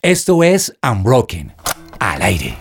Esto es Unbroken, al aire.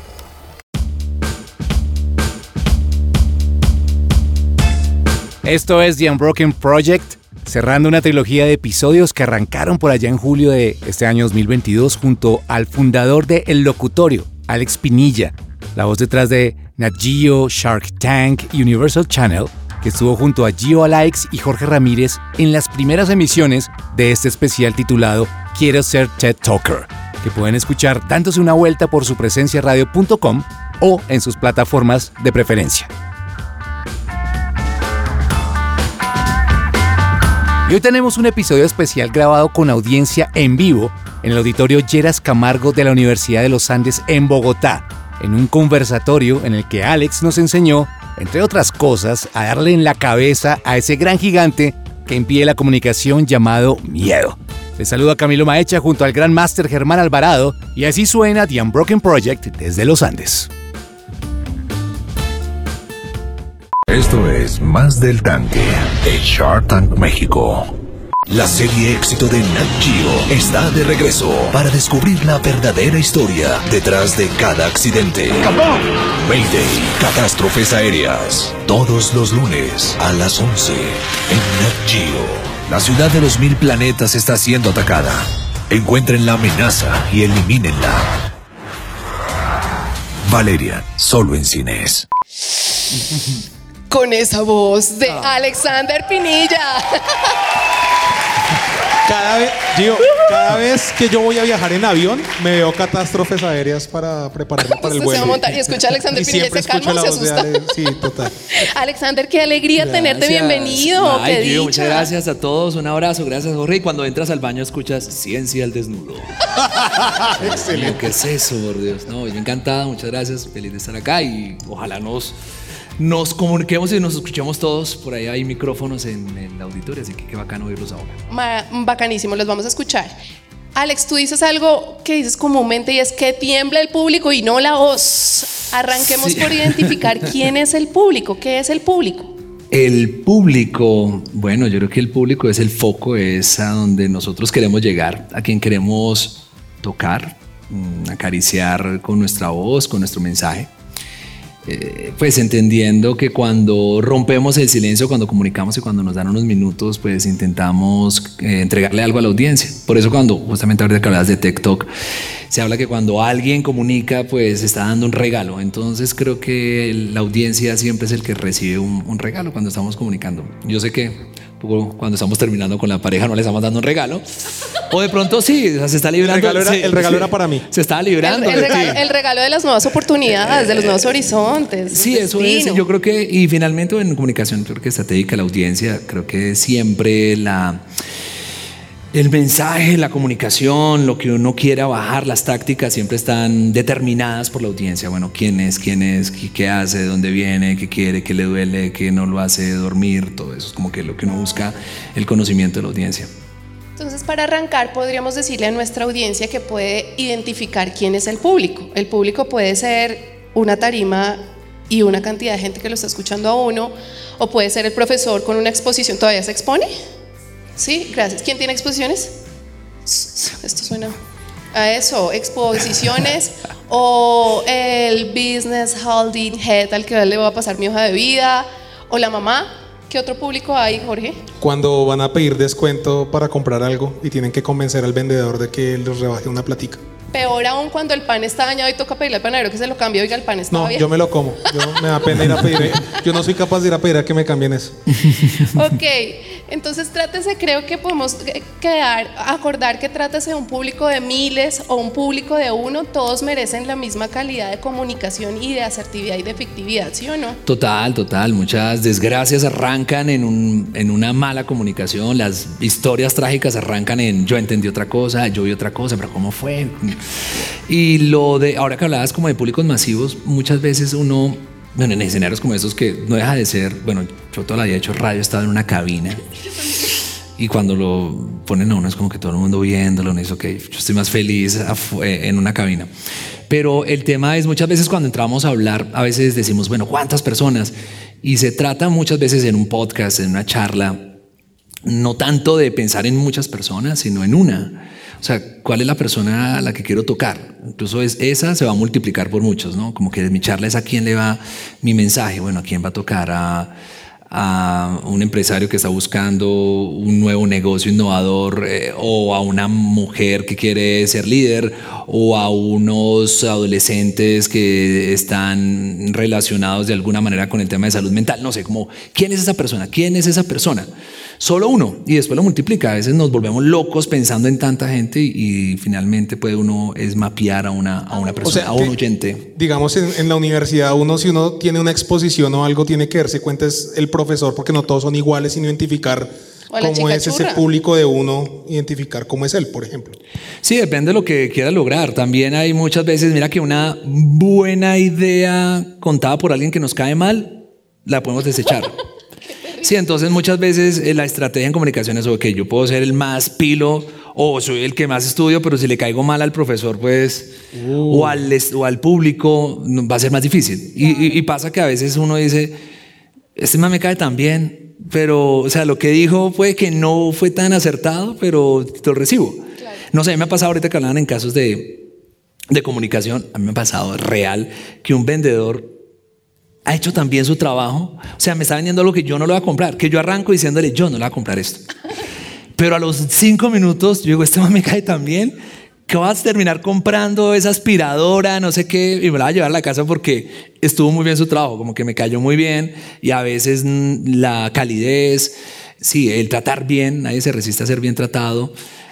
Esto es The Unbroken Project, cerrando una trilogía de episodios que arrancaron por allá en julio de este año 2022 junto al fundador de El Locutorio, Alex Pinilla, la voz detrás de Nat Geo, Shark Tank y Universal Channel, que estuvo junto a Gio Alaix y Jorge Ramírez en las primeras emisiones de este especial titulado Quiero ser TED Talker, que pueden escuchar dándose una vuelta por supresenciaradio.com o en sus plataformas de preferencia. Y hoy tenemos un episodio especial grabado con audiencia en vivo en el auditorio Lleras Camargo de la Universidad de los Andes en Bogotá, en un conversatorio en el que Alex nos enseñó, entre otras cosas, a darle en la cabeza a ese gran gigante que impide la comunicación llamado miedo. Les saluda Camilo Maecha junto al gran máster Germán Alvarado y así suena The Unbroken Project desde los Andes. Esto es Más del Tanque de Shark Tank México. La serie éxito de Nat Geo está de regreso para descubrir la verdadera historia detrás de cada accidente. Mayday, catástrofes aéreas. Todos los lunes a las 11 en Nat Geo. La ciudad de los 1000 planetas está siendo atacada. Encuentren la amenaza y elimínenla. Valerian, solo en cines. Con esa voz de Alexander Pinilla. Cada vez que yo voy a viajar en avión, me veo catástrofes aéreas para prepararme para el vuelo. Se va a montar y escucha a Alexander Pinilla y se calma o se asusta. Sí, total. Alexander, qué alegría tenerte, bienvenido. Ay, qué Gio, dicha. muchas gracias a todos, un abrazo, gracias Jorge. Y cuando entras al baño escuchas Ciencia al Desnudo. Excelente. ¿Qué es eso, por Dios? No, yo encantado, muchas gracias, feliz de estar acá y ojalá nos comuniquemos y nos escuchemos todos. Por ahí hay micrófonos en el auditorio, así que qué bacano oírlos ahora. Bacanísimo, los vamos a escuchar. Alex, tú dices algo que dices comúnmente y es que tiembla el público y no la voz. Arranquemos por identificar quién es el público, qué es el público. El público, bueno, yo creo que el público es el foco, es a donde nosotros queremos llegar, a quien queremos tocar, acariciar con nuestra voz, con nuestro mensaje. Pues entendiendo que cuando rompemos el silencio, cuando comunicamos y cuando nos dan unos minutos, pues intentamos entregarle algo a la audiencia. Por eso cuando, justamente ahorita que hablas de TikTok, se habla que cuando alguien comunica, pues está dando un regalo. Entonces creo que la audiencia siempre es el que recibe un regalo cuando estamos comunicando. Yo sé que cuando estamos terminando con la pareja no le estamos dando un regalo. O de pronto sí, o sea, se está librando. El regalo era para mí. Se estaba librando. El regalo de las nuevas oportunidades, de los nuevos horizontes. Sí, eso es. Yo creo que, y finalmente en comunicación, creo que estratégica, la audiencia, creo que siempre el mensaje, la comunicación, lo que uno quiera bajar, las tácticas siempre están determinadas por la audiencia. Bueno, quién es, qué hace, de dónde viene, qué quiere, qué le duele, qué no lo hace dormir, todo eso es como que lo que uno busca, el conocimiento de la audiencia. Entonces, para arrancar, podríamos decirle a nuestra audiencia que puede identificar quién es el público. El público puede ser una tarima y una cantidad de gente que lo está escuchando a uno, o puede ser el profesor con una exposición. ¿Todavía se expone? Sí, gracias. ¿Quién tiene exposiciones? Esto suena a eso, exposiciones. O el business holding head al que le voy a pasar mi hoja de vida, o la mamá. ¿Qué otro público hay, Jorge? Cuando van a pedir descuento para comprar algo y tienen que convencer al vendedor de que les rebaje una platica. Peor aún cuando el pan está dañado y toca pedirle al panadero que se lo cambie. Oiga, el pan está bien. No, yo me lo como. Me da pena ir a pedir. Yo no soy capaz de ir a pedir a que me cambien eso. Ok, entonces trátese, creo que podemos acordar que trátese de un público de miles o un público de uno. Todos merecen la misma calidad de comunicación y de asertividad y de efectividad, ¿sí o no? Total. Muchas desgracias arrancan en una mala comunicación. Las historias trágicas arrancan en yo entendí otra cosa, yo vi otra cosa, pero ¿cómo fue? Y ahora que hablabas como de públicos masivos, muchas veces uno, bueno, en escenarios como estos que no deja de ser, bueno, yo toda la vida he hecho radio, he estado en una cabina y cuando lo ponen a uno es como que todo el mundo viéndolo, uno dice, ok, yo estoy más feliz en una cabina. Pero el tema es muchas veces cuando entramos a hablar, a veces decimos, bueno, ¿cuántas personas? Y se trata muchas veces en un podcast, en una charla, no tanto de pensar en muchas personas, sino en una. O sea, ¿cuál es la persona a la que quiero tocar? Incluso esa se va a multiplicar por muchos, ¿no? Como que mi charla es a quién le va mi mensaje. Bueno, ¿a quién va a tocar? A un empresario que está buscando un nuevo negocio innovador, o a una mujer que quiere ser líder, o a unos adolescentes que están relacionados de alguna manera con el tema de salud mental. No sé, como, ¿quién es esa persona? ¿Quién es esa persona? Solo uno, y después lo multiplica. A veces nos volvemos locos pensando en tanta gente y finalmente puede uno es mapear a una persona, o sea, a un oyente. Digamos, en la universidad si uno tiene una exposición o algo, tiene que darse cuenta es el profesor, porque no todos son iguales, sino identificar cómo es ese público de uno, identificar cómo es él, por ejemplo. Sí, depende de lo que quiera lograr. También hay muchas veces, mira que una buena idea contada por alguien que nos cae mal, la podemos desechar. Sí, entonces muchas veces la estrategia en comunicación es que yo puedo ser el más pilo o soy el que más estudio, pero si le caigo mal al profesor, pues, o al público, va a ser más difícil. Y pasa que a veces uno dice, este man me cae tan bien, pero, o sea, lo que dijo fue que no fue tan acertado, pero lo recibo. Claro. No sé, me ha pasado ahorita que hablaban en casos de comunicación, a mí me ha pasado real que un vendedor ha hecho también su trabajo, o sea, me está vendiendo algo que yo no lo voy a comprar, que yo arranco diciéndole, yo no le voy a comprar esto. Pero a los 5 minutos, yo digo, este man me cae tan bien que vas a terminar comprando esa aspiradora, no sé qué, y me la voy a llevar a la casa porque estuvo muy bien su trabajo, como que me cayó muy bien, y a veces la calidez, sí, el tratar bien, nadie se resiste a ser bien tratado,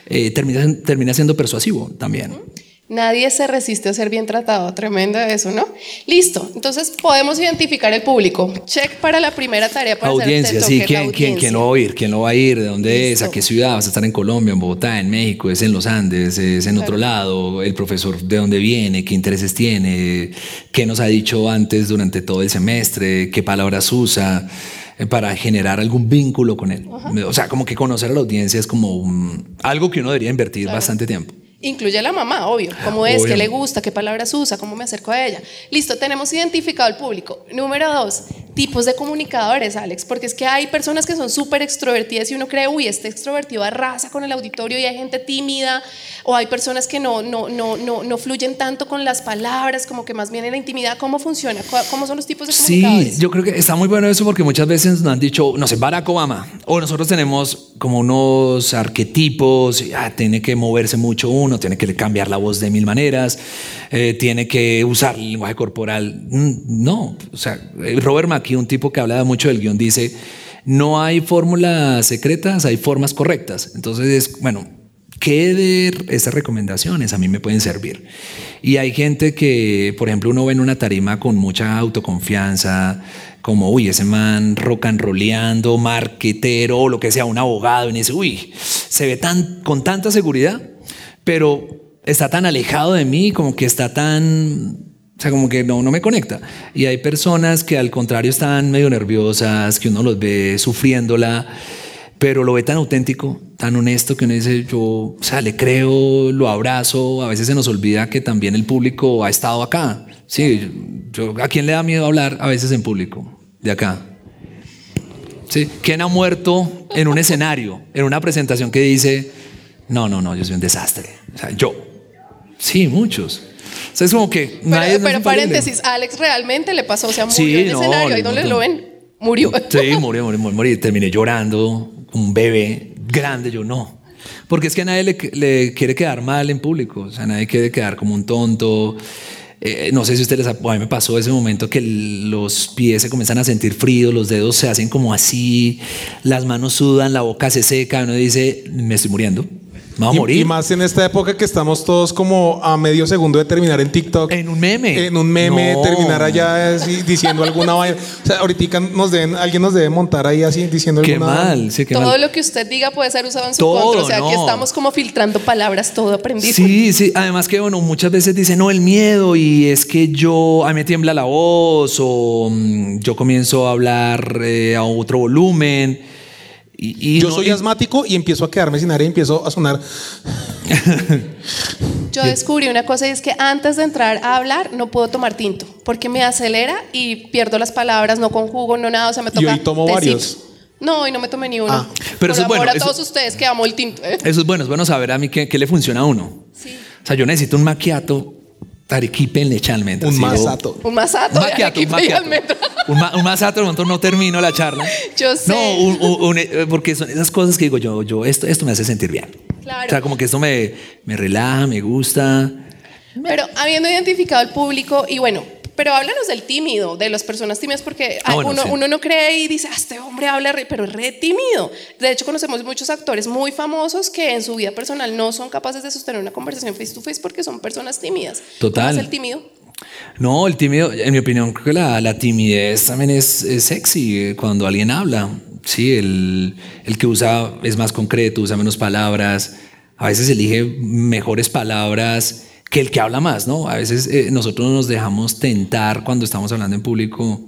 termina siendo persuasivo también. Nadie se resiste a ser bien tratado. Tremendo eso, ¿no? Listo. Entonces podemos identificar el público. Check para la primera tarea para audiencia, sí. ¿Quién lo va a oír? ¿Quién lo va a ir? ¿De dónde es? ¿A qué ciudad? ¿Vas a estar en Colombia, en Bogotá, en México? ¿Es en los Andes? ¿Es en otro lado? ¿El profesor de dónde viene? ¿Qué intereses tiene? ¿Qué nos ha dicho antes durante todo el semestre? ¿Qué palabras usa? Para generar algún vínculo con él. O sea, como que conocer a la audiencia es como algo que uno debería invertir bastante tiempo. Incluye a la mamá, obvio. ¿Cómo es? ¿Qué le gusta? ¿Qué palabras usa? ¿Cómo me acerco a ella? Listo, tenemos identificado el público. Número 2, tipos de comunicadores, Alex. Porque es que hay personas que son súper extrovertidas y uno cree, uy, este extrovertido arrasa con el auditorio, y hay gente tímida. O hay personas que no fluyen tanto con las palabras, como que más bien en la intimidad. ¿Cómo funciona? ¿Cómo son los tipos de comunicadores? Sí, yo creo que está muy bueno eso, porque muchas veces nos han dicho, no sé, Barack Obama, o nosotros tenemos como unos arquetipos, tiene que moverse mucho uno, tiene que cambiar la voz de 1000 maneras, tiene que usar el lenguaje corporal. No, o sea, Robert McKee, un tipo que habla mucho del guión, dice, no hay fórmulas secretas, hay formas correctas. Entonces, bueno, ¿qué de esas recomendaciones a mí me pueden servir? Y hay gente que, por ejemplo, uno ve en una tarima con mucha autoconfianza, como, uy, ese man rock and rolleando, marquetero, o lo que sea, un abogado, y dice, uy, se ve con tanta seguridad, pero está tan alejado de mí, como que está tan, o sea, como que no me conecta. Y hay personas que al contrario están medio nerviosas, que uno los ve sufriéndola, pero lo ve tan auténtico, tan honesto, que uno dice, yo, o sea, le creo, lo abrazo. A veces se nos olvida que también el público ha estado acá. Sí, ¿a quién le da miedo hablar a veces en público? De acá. Sí, ¿quién ha muerto en un escenario, en una presentación que dice, no, yo soy un desastre? O sea, yo. Sí, muchos. O sea, es como que pero paréntesis, Alex realmente le pasó, o sea, murió en el escenario. ¿Y dónde lo ven? Murió. Sí, murió. Terminé llorando, un bebé grande. Yo no. Porque es que a nadie le quiere quedar mal en público. O sea, nadie quiere quedar como un tonto. No sé si a mí me pasó ese momento que los pies se comienzan a sentir fríos, los dedos se hacen como así, las manos sudan, la boca se seca. Uno dice, me estoy muriendo. Me voy a morir. Y más en esta época que estamos todos como a medio segundo de terminar en TikTok. En un meme. No. Terminar allá así, diciendo alguna vaina. O sea, ahorita alguien nos debe montar ahí así diciendo alguna vaina. Qué mal, sí, qué todo mal. Lo que usted diga puede ser usado en su contra. O sea, aquí estamos como filtrando palabras, todo aprendido. Sí. Además que, bueno, muchas veces dicen, no, el miedo, y es que a mí me tiembla la voz, o yo comienzo a hablar a otro volumen. Yo soy asmático y empiezo a quedarme sin aire y empiezo a sonar. Yo descubrí una cosa, y es que antes de entrar a hablar no puedo tomar tinto porque me acelera y pierdo las palabras, no conjugo, no nada, o sea, me toca. Y hoy tomo varios. No, y no me tomé ni uno. Pero eso es bueno. A todos ustedes que amo el tinto. Eso es bueno saber a mí qué le funciona a uno. Sí. O sea, yo necesito un macchiato arequipe en leche almendra. Un masato. Un masato. Un masato, de momento no termino la charla. Yo sé. No, porque son esas cosas que digo yo esto me hace sentir bien. Claro. O sea, como que esto me relaja, me gusta. Pero habiendo identificado al público, y bueno, pero háblanos del tímido, de las personas tímidas, porque uno no cree y dice, este hombre habla, pero es re tímido. De hecho, conocemos muchos actores muy famosos que en su vida personal no son capaces de sostener una conversación face to face porque son personas tímidas. Total. ¿Cómo es el tímido? No, el tímido, en mi opinión, creo que la timidez también es sexy cuando alguien habla. Sí, el que es más concreto, usa menos palabras, a veces elige mejores palabras que el que habla más, ¿no? A veces nosotros nos dejamos tentar cuando estamos hablando en público,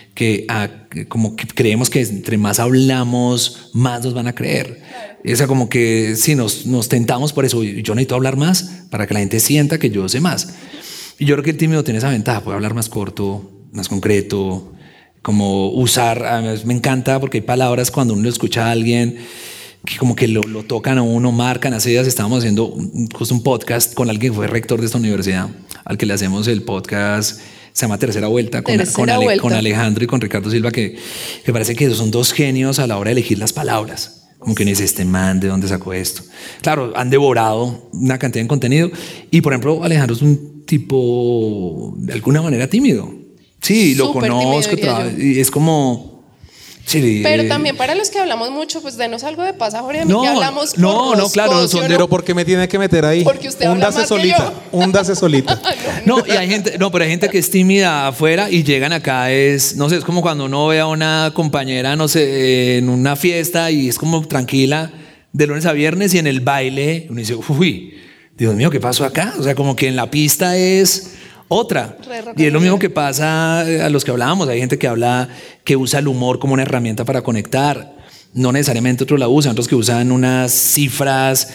como que creemos que entre más hablamos, más nos van a creer. O sea, como que sí, nos tentamos por eso. Yo necesito hablar más para que la gente sienta que yo sé más. Y yo creo que el tímido tiene esa ventaja, puede hablar más corto, más concreto, como usar, a mí me encanta porque hay palabras cuando uno lo escucha a alguien que como que lo tocan a uno, marcan. Hace días estábamos haciendo justo un podcast con alguien que fue rector de esta universidad, al que le hacemos el podcast, se llama Tercera Vuelta, con Alejandro y con Ricardo Silva, que parece que son dos genios a la hora de elegir las palabras. Como que dice, este man, ¿de dónde sacó esto? Claro, han devorado una cantidad de contenido. Y por ejemplo, Alejandro es un tipo de alguna manera tímido. Sí, lo conozco, y es como... Sí, pero también para los que hablamos mucho, pues denos algo de paz, Jorge, que hablamos claro, Sondero, ¿por qué me tiene que meter ahí? Porque usted habla más que yo. Húndase solita. No, y hay gente, pero hay gente que es tímida afuera y llegan acá, no sé, es como cuando uno ve a una compañera, no sé, en una fiesta y es como tranquila de lunes a viernes, y en el baile uno dice, uy, Dios mío, ¿qué pasó acá? O sea, como que en la pista es otra. Y es lo mismo que pasa a los que hablábamos. Hay gente que usa el humor como una herramienta para conectar. No necesariamente otros la usan, otros que usan unas cifras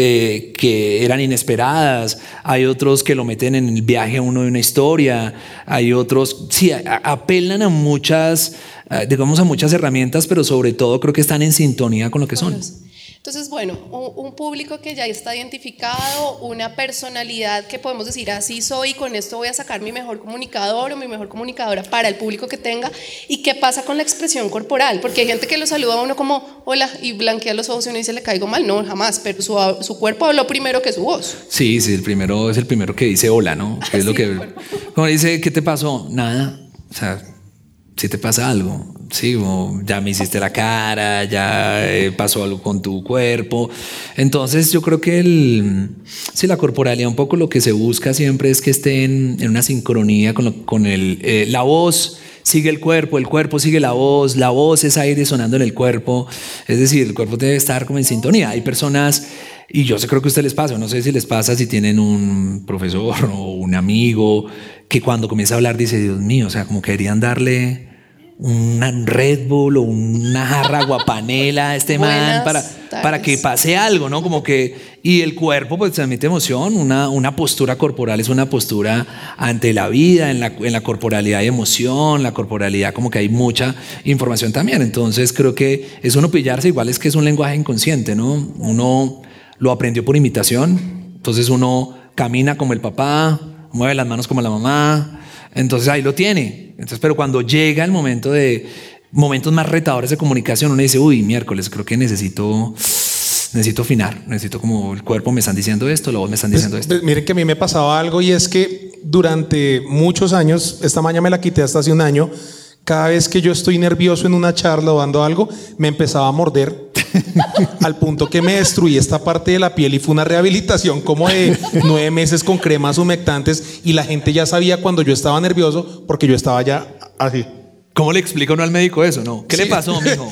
que eran inesperadas. Hay otros que lo meten en el viaje uno de una historia. Hay otros, sí, apelan a muchas herramientas, pero sobre todo creo que están en sintonía con lo que son. Entonces, bueno, un público que ya está identificado, una personalidad que podemos decir, así soy, y con esto voy a sacar mi mejor comunicador o mi mejor comunicadora para el público que tenga. ¿Y qué pasa con la expresión corporal? Porque hay gente que lo saluda a uno como, hola, y blanquea los ojos y uno dice, le caigo mal. No, jamás, pero su cuerpo habló primero que su voz. Sí, el primero es el primero que dice hola, ¿no? Que es lo que... Como dice, ¿qué te pasó? Nada, o sea... Si te pasa algo, sí, o ya me hiciste la cara, ya pasó algo con tu cuerpo. Entonces yo creo que la corporalidad, un poco lo que se busca siempre es que esté en una sincronía con la voz sigue el cuerpo sigue la voz es aire sonando en el cuerpo. Es decir, el cuerpo debe estar como en sintonía. Hay personas, y yo creo que a ustedes les pasa, no sé si les pasa, si tienen un profesor o un amigo que cuando comienza a hablar dice, Dios mío, o sea, como querían darle un Red Bull o una jarra guapanela a este man para que pase algo, ¿no? Como que, y el cuerpo pues transmite emoción. Una postura corporal es una postura ante la vida. En la corporalidad hay emoción, la corporalidad como que hay mucha información también. Entonces creo que es uno pillarse, igual es que es un lenguaje inconsciente, ¿no? Uno lo aprendió por imitación, entonces uno camina como el papá, mueve las manos como la mamá, entonces ahí lo tiene. Entonces, pero cuando llega el momento de momentos más retadores de comunicación, uno dice, uy, miércoles, creo que necesito afinar, necesito como el cuerpo me están diciendo esto, la voz me están diciendo esto. Miren que a mí me pasaba algo, y es que durante muchos años, esta maña me la quité hasta hace un año, cada vez que yo estoy nervioso en una charla o dando algo, me empezaba a morder al punto que me destruí esta parte de la piel, y fue una rehabilitación como de 9 meses con cremas humectantes, y la gente ya sabía cuando yo estaba nervioso porque yo estaba ya así. ¿Cómo le explica uno al médico eso? ¿No? ¿Qué le pasó, mijo?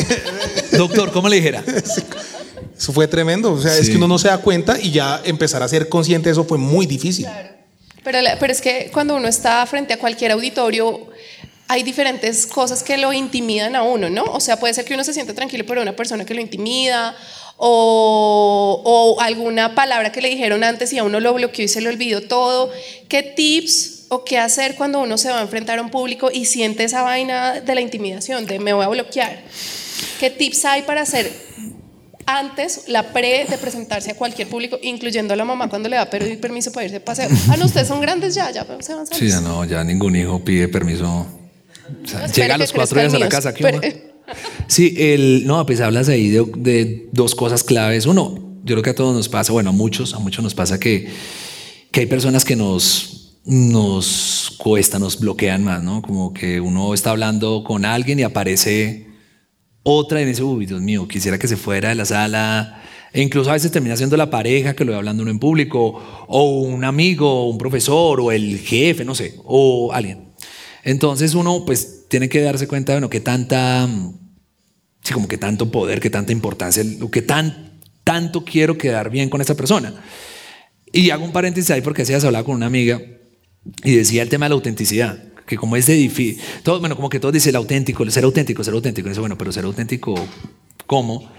Doctor, ¿cómo le dijera? Sí. Eso fue tremendo, o sea, es que uno no se da cuenta, y ya empezar a ser consciente de eso fue muy difícil. Claro. Pero es que cuando uno está frente a cualquier auditorio, hay diferentes cosas que lo intimidan a uno, ¿no? O sea, puede ser que uno se sienta tranquilo, pero una persona que lo intimida, o alguna palabra que le dijeron antes y a uno lo bloqueó y se le olvidó todo. ¿Qué tips o qué hacer cuando uno se va a enfrentar a un público y siente esa vaina de la intimidación, de me voy a bloquear? ¿Qué tips hay para hacer antes, la pre de presentarse a cualquier público, incluyendo a la mamá cuando le va a pedir permiso para irse de paseo? No, ustedes son grandes ya se van a salir. Sí, ya ningún hijo pide permiso. O sea, llega a los 4 días a la casa. Sí, pues hablas ahí de dos cosas claves. Uno, yo creo que a todos nos pasa, bueno, a muchos nos pasa que hay personas que nos cuesta, nos bloquean más, ¿no? Como que uno está hablando con alguien y aparece otra en ese, uy, Dios mío, quisiera que se fuera de la sala. E incluso a veces termina siendo la pareja que lo va hablando uno en público, o un amigo, o un profesor, o el jefe, no sé, o alguien. Entonces uno pues tiene que darse cuenta, bueno, que tanta, sí, como que tanto poder, que tanta importancia, que tanto quiero quedar bien con esta persona. Y hago un paréntesis ahí porque hacías hablaba con una amiga y decía el tema de la autenticidad, que como es de difícil, como que todos dicen el auténtico, ser auténtico. Y dice, bueno, pero ser auténtico, ¿cómo?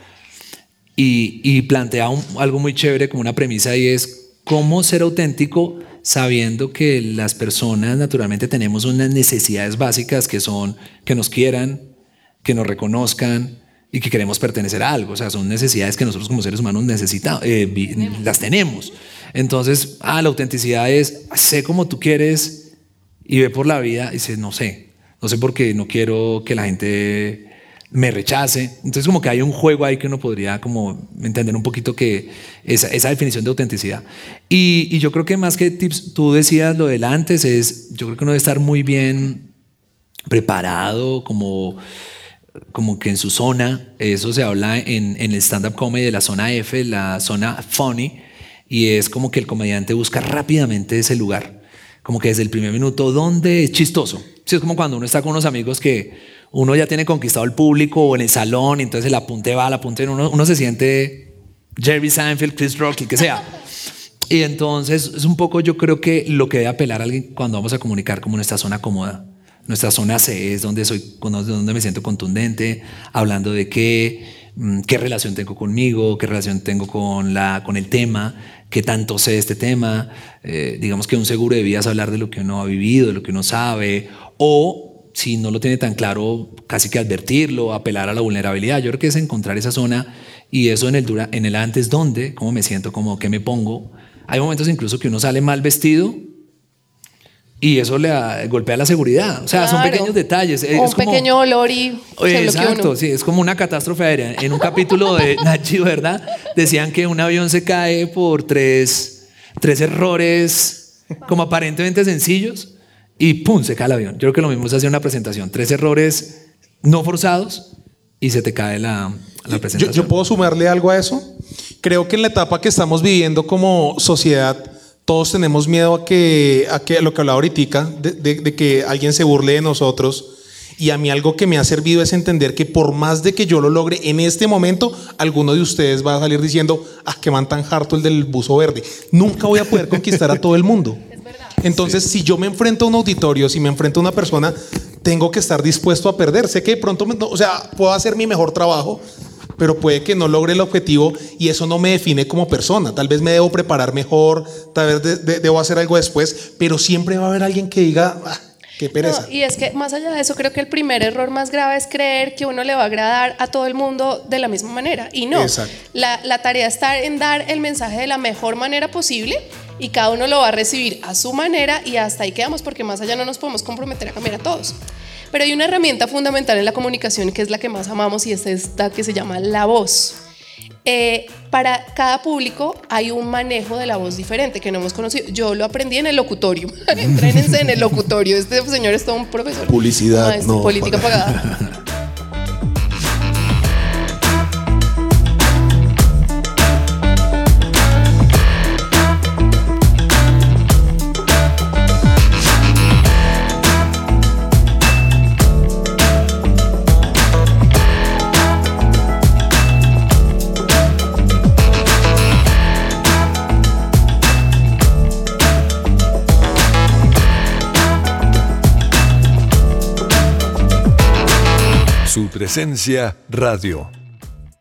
Y plantea algo muy chévere como una premisa, y es cómo ser auténtico sabiendo que las personas naturalmente tenemos unas necesidades básicas que son que nos quieran, que nos reconozcan y que queremos pertenecer a algo. O sea, son necesidades que nosotros como seres humanos necesitamos, las tenemos. Entonces, la autenticidad es sé como tú quieres y ve por la vida y dices, no sé porque no quiero que la gente me rechace. Entonces como que hay un juego ahí que uno podría como entender un poquito que esa definición de autenticidad. Y yo creo que más que tips, tú decías lo del antes, yo creo que uno debe estar muy bien preparado, como que en su zona. Eso se habla en el stand-up comedy de la zona F, la zona funny, y es como que el comediante busca rápidamente ese lugar, como que desde el primer minuto donde es chistoso. Sí, es como cuando uno está con unos amigos que uno ya tiene conquistado el público o en el salón, y entonces el apunte uno se siente Jerry Seinfeld, Chris Rock, el que sea. Y entonces es un poco, yo creo que lo que debe apelar a alguien cuando vamos a comunicar, como nuestra zona cómoda. Nuestra zona C es donde me siento contundente, hablando de qué relación tengo conmigo, qué relación tengo con el tema, qué tanto sé de este tema. Digamos que un seguro de vida es hablar de lo que uno ha vivido, de lo que uno sabe, o si no lo tiene tan claro, casi que advertirlo, apelar a la vulnerabilidad. Yo creo que es encontrar esa zona, y eso en el antes, ¿dónde? ¿Cómo me siento? ¿Cómo qué me pongo? Hay momentos incluso que uno sale mal vestido y eso le golpea la seguridad. O sea, claro, son pequeños detalles. Un pequeño olor y se exacto, sí, es como una catástrofe aérea. En un capítulo de Nat Geo, ¿verdad? Decían que un avión se cae por tres errores como aparentemente sencillos y ¡pum! Se cae el avión. Yo creo que lo mismo es hacer una presentación. 3 errores no forzados y se te cae la presentación. Yo puedo sumarle algo a eso. Creo que en la etapa que estamos viviendo como sociedad, todos tenemos miedo a que lo que hablaba ahorita, de que alguien se burle de nosotros. Y a mí algo que me ha servido es entender que por más de que yo lo logre en este momento, alguno de ustedes va a salir diciendo, qué man tan harto el del buzo verde. Nunca voy a poder conquistar a todo el mundo. Entonces, si yo me enfrento a un auditorio, si me enfrento a una persona, tengo que estar dispuesto a perder. Sé que de pronto, puedo hacer mi mejor trabajo, pero puede que no logre el objetivo y eso no me define como persona. Tal vez me debo preparar mejor, tal vez debo hacer algo después, pero siempre va a haber alguien que diga, qué pereza. No, y es que más allá de eso, creo que el primer error más grave es creer que uno le va a agradar a todo el mundo de la misma manera. Y no, la tarea está en dar el mensaje de la mejor manera posible, y cada uno lo va a recibir a su manera, y hasta ahí quedamos, porque más allá no nos podemos comprometer a cambiar a todos. Pero hay una herramienta fundamental en la comunicación que es la que más amamos, y es esta que se llama la voz. Para cada público hay un manejo de la voz diferente que no hemos conocido. Yo lo aprendí en el locutorio. Entrénense en el locutorio. Este señor es todo un profesor. Publicidad, maestro, no. Política pagada. Su presencia radio.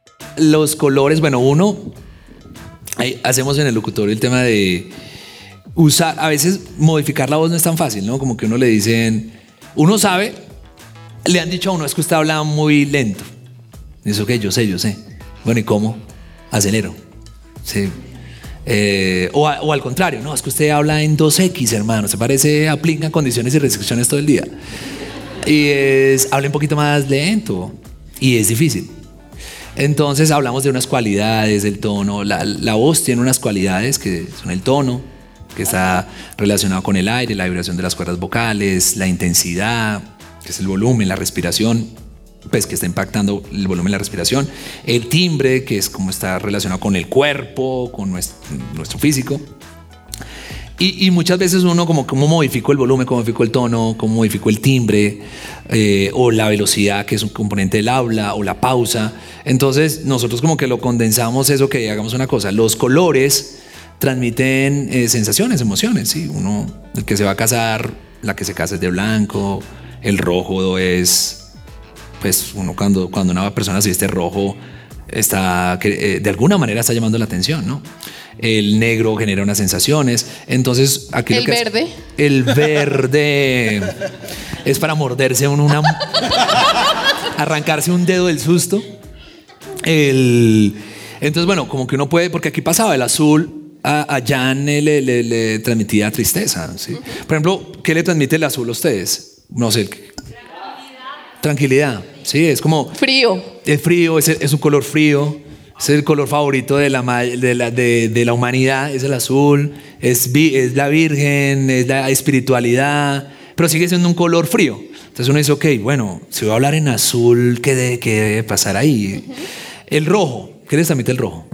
Los colores, bueno, hacemos en el locutorio el tema de a veces modificar la voz no es tan fácil, ¿no? Como que uno le dicen, uno sabe, le han dicho a uno, es que usted habla muy lento. Eso que yo sé. Bueno, ¿y cómo? Acelero. Sí. O al contrario, no, es que usted habla en 2X, hermano. Se parece, aplican condiciones y restricciones todo el día. Y habla un poquito más lento. Y es difícil. Entonces hablamos de unas cualidades del tono. La voz tiene unas cualidades que son el tono, que está relacionado con el aire, la vibración de las cuerdas vocales, la intensidad, que es el volumen, la respiración, pues que está impactando el volumen, la respiración, el timbre, que es como está relacionado con el cuerpo, con nuestro físico. Y muchas veces uno cómo modificó el volumen, cómo modificó el tono, cómo modificó el timbre, o la velocidad, que es un componente del habla, o la pausa. Entonces nosotros como que lo condensamos eso, que hagamos una cosa, los colores transmiten sensaciones, emociones, ¿sí? Uno, el que se va a casar, la que se casa es de blanco, el rojo es, pues uno cuando una persona se viste rojo, está de alguna manera está llamando la atención, ¿no? El negro genera unas sensaciones. Entonces aquí el verde. El verde es para morderse arrancarse un dedo del susto. Entonces bueno, como que uno puede, porque aquí pasaba el azul. A Jan le transmitía tristeza, ¿sí? Por ejemplo, ¿qué le transmite el azul a ustedes? No sé. Tranquilidad, sí, es como frío. El frío es un color frío, es el color favorito de la humanidad, es el azul, es la virgen, es la espiritualidad, pero sigue siendo un color frío. Entonces uno dice, ok, bueno, si voy a hablar en azul, ¿qué debe pasar ahí? El rojo, ¿qué les transmite el rojo?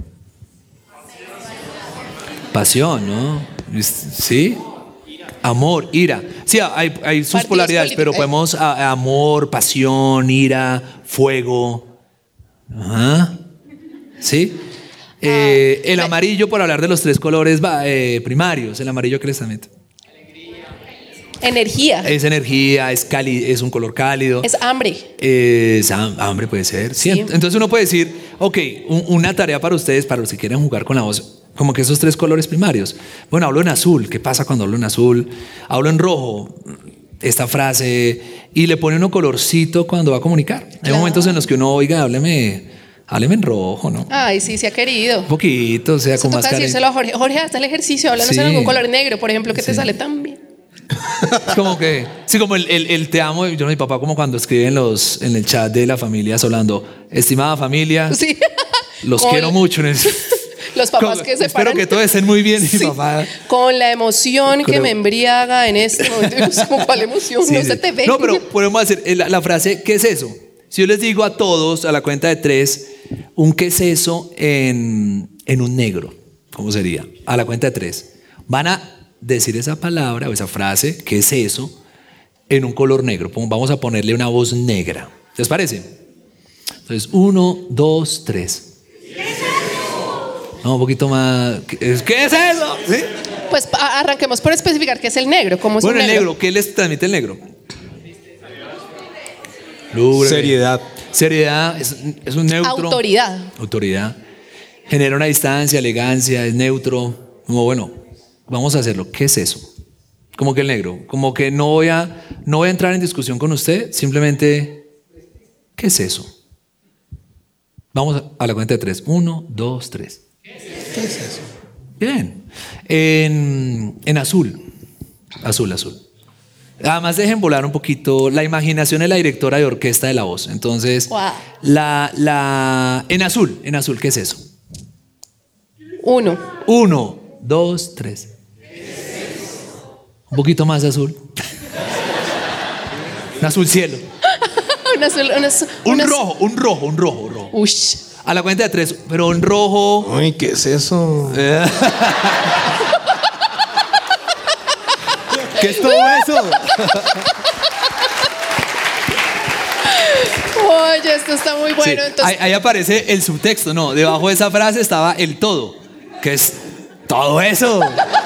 Pasión, ¿no? ¿Sí? Amor, ira. Sí, hay sus partidos polaridades, políticos, pero podemos amor, pasión, ira, fuego. Ajá. ¿Sí? El amarillo, por hablar de los tres colores primarios. ¿El amarillo qué les transmite? Energía. Es energía, es un color cálido. Es hambre. Hambre puede ser. Sí. Sí. Entonces uno puede decir, ok, una tarea para ustedes, para los que quieran jugar con la voz, como que esos tres colores primarios. Bueno, hablo en azul. ¿Qué pasa cuando hablo en azul? Hablo en rojo. Esta frase. Y le pone uno colorcito cuando va a comunicar. Hay momentos en los que uno, oiga, hábleme en rojo, ¿no? Ay, sí, se ha querido. Un poquito, o sea, con más toca decírselo a Jorge. Jorge, hasta el ejercicio, háblanos Sí. en algún color negro, por ejemplo, que te Sí. sale tan bien. Es como que, sí, como el te amo. Yo, mi papá, como cuando escriben en el chat de la familia, hablando, estimada familia, Sí. los Con- quiero mucho. Los papás que se espero paran. que todos estén muy bien. Sí. Mi papá. Con la emoción que Creo- me embriaga en este momento. Yo sé como, ¿cuál emoción? Sí, no sí. se te ve. No, pero podemos hacer la frase, ¿qué es eso? Si yo les digo a todos, a la cuenta de 3, un ¿qué es eso en un negro? ¿Cómo sería? A la cuenta de 3. Van a decir esa palabra o esa frase, ¿qué es eso? En un color negro. Vamos a ponerle una voz negra. ¿Les parece? Entonces, 1, 2, 3. No, un poquito más. ¿Qué es eso? ¿Sí? Pues arranquemos por especificar qué es el negro. ¿Cómo es Bueno, un el negro, ¿qué les transmite el negro? Lúgubre. Seriedad. Seriedad, es un neutro. Autoridad. Genera una distancia, elegancia, es neutro. Como bueno, vamos a hacerlo. ¿Qué es eso? Como que el negro. Como que no voy a entrar en discusión con usted. Simplemente, ¿qué es eso? Vamos a la cuenta de 3. 1, 2, 3. ¿Qué es eso? Bien. En azul. Azul. Además, dejen volar un poquito. La imaginación es la directora de orquesta de la voz. Entonces, Wow. en azul, ¿qué es eso? 1. 1, 2, 3. Un poquito más de azul. Un azul cielo. Un rojo. Ush. A la cuenta de 3, pero un rojo. Ay, ¿qué es eso? ¿Qué es todo eso? Oye, esto está muy bueno. Sí, Entonces, ahí aparece el subtexto, no. Debajo de esa frase estaba el todo, que es todo eso.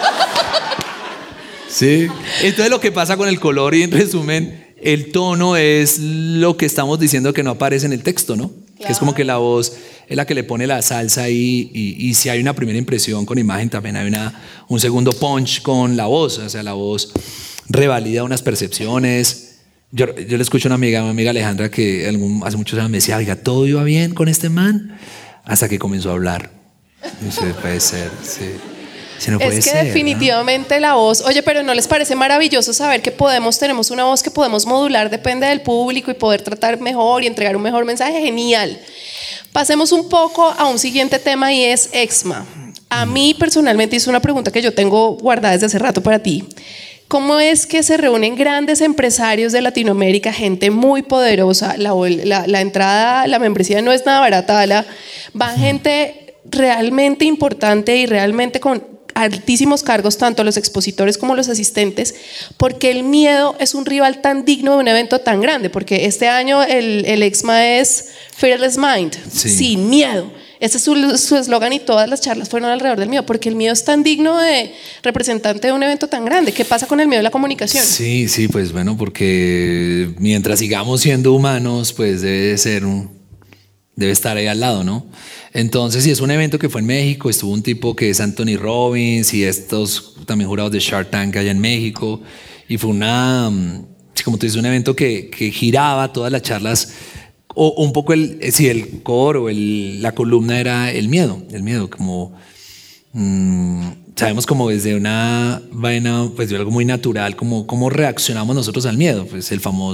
Sí. Entonces lo que pasa con el color y en resumen, el tono es lo que estamos diciendo que no aparece en el texto, ¿no? Claro. Que es como que la voz es la que le pone la salsa ahí y si hay una primera impresión con imagen, también hay un segundo punch con la voz, o sea, la voz revalida unas percepciones. Yo le escucho a mi amiga Alejandra que hace muchos años me decía, oiga, todo iba bien con este man hasta que comenzó a hablar. Eso puede ser, sí. Si no puede es que ser, definitivamente, ¿no? La voz, oye, pero ¿no les parece maravilloso saber que tenemos una voz que podemos modular, depende del público y poder tratar mejor y entregar un mejor mensaje? Genial. Pasemos un poco a un siguiente tema y es EXMA. A mí personalmente es una pregunta que yo tengo guardada desde hace rato para ti. ¿Cómo es que se reúnen grandes empresarios de Latinoamérica, gente muy poderosa? La entrada, la membresía no es nada barata, va gente realmente importante y realmente con altísimos cargos, tanto los expositores como los asistentes, porque el miedo es un rival tan digno de un evento tan grande, porque este año el EXMA es Fearless Mind, sin miedo. Ese es su eslogan y todas las charlas fueron alrededor del miedo, porque el miedo es tan digno de representante de un evento tan grande. ¿Qué pasa con el miedo de la comunicación? Sí, pues bueno, porque mientras sigamos siendo humanos, pues debe estar ahí al lado, ¿no? Entonces, sí, es un evento que fue en México, estuvo un tipo que es Anthony Robbins y estos también jurados de Shark Tank allá en México, y fue como tú dices, un evento que giraba todas las charlas, o un poco el core o la columna era el miedo, como sabemos como desde una vaina, pues de algo muy natural, como cómo reaccionamos nosotros al miedo, pues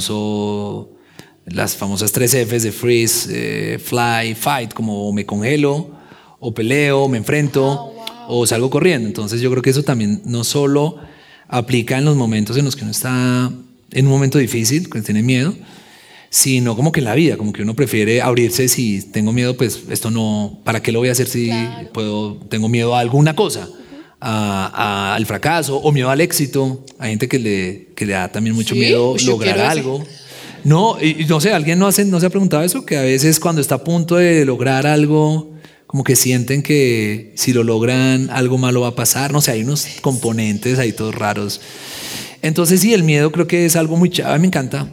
las famosas 3 Fs de freeze, fly, fight, como me congelo, o peleo, me enfrento, o salgo corriendo. Entonces yo creo que eso también no solo aplica en los momentos en los que uno está en un momento difícil, que tiene miedo, sino como que en la vida, como que uno prefiere abrirse. Si tengo miedo, pues esto no, ¿para qué lo voy a hacer si tengo miedo a alguna cosa? Al fracaso o miedo al éxito. Hay gente que le da también mucho miedo lograr algo. No, y no sé, ¿alguien no se ha preguntado eso? Que a veces cuando está a punto de lograr algo, como que sienten que si lo logran algo malo va a pasar. No sé, hay unos componentes ahí todos raros. Entonces sí, el miedo creo que es algo muy chévere. A mí me encanta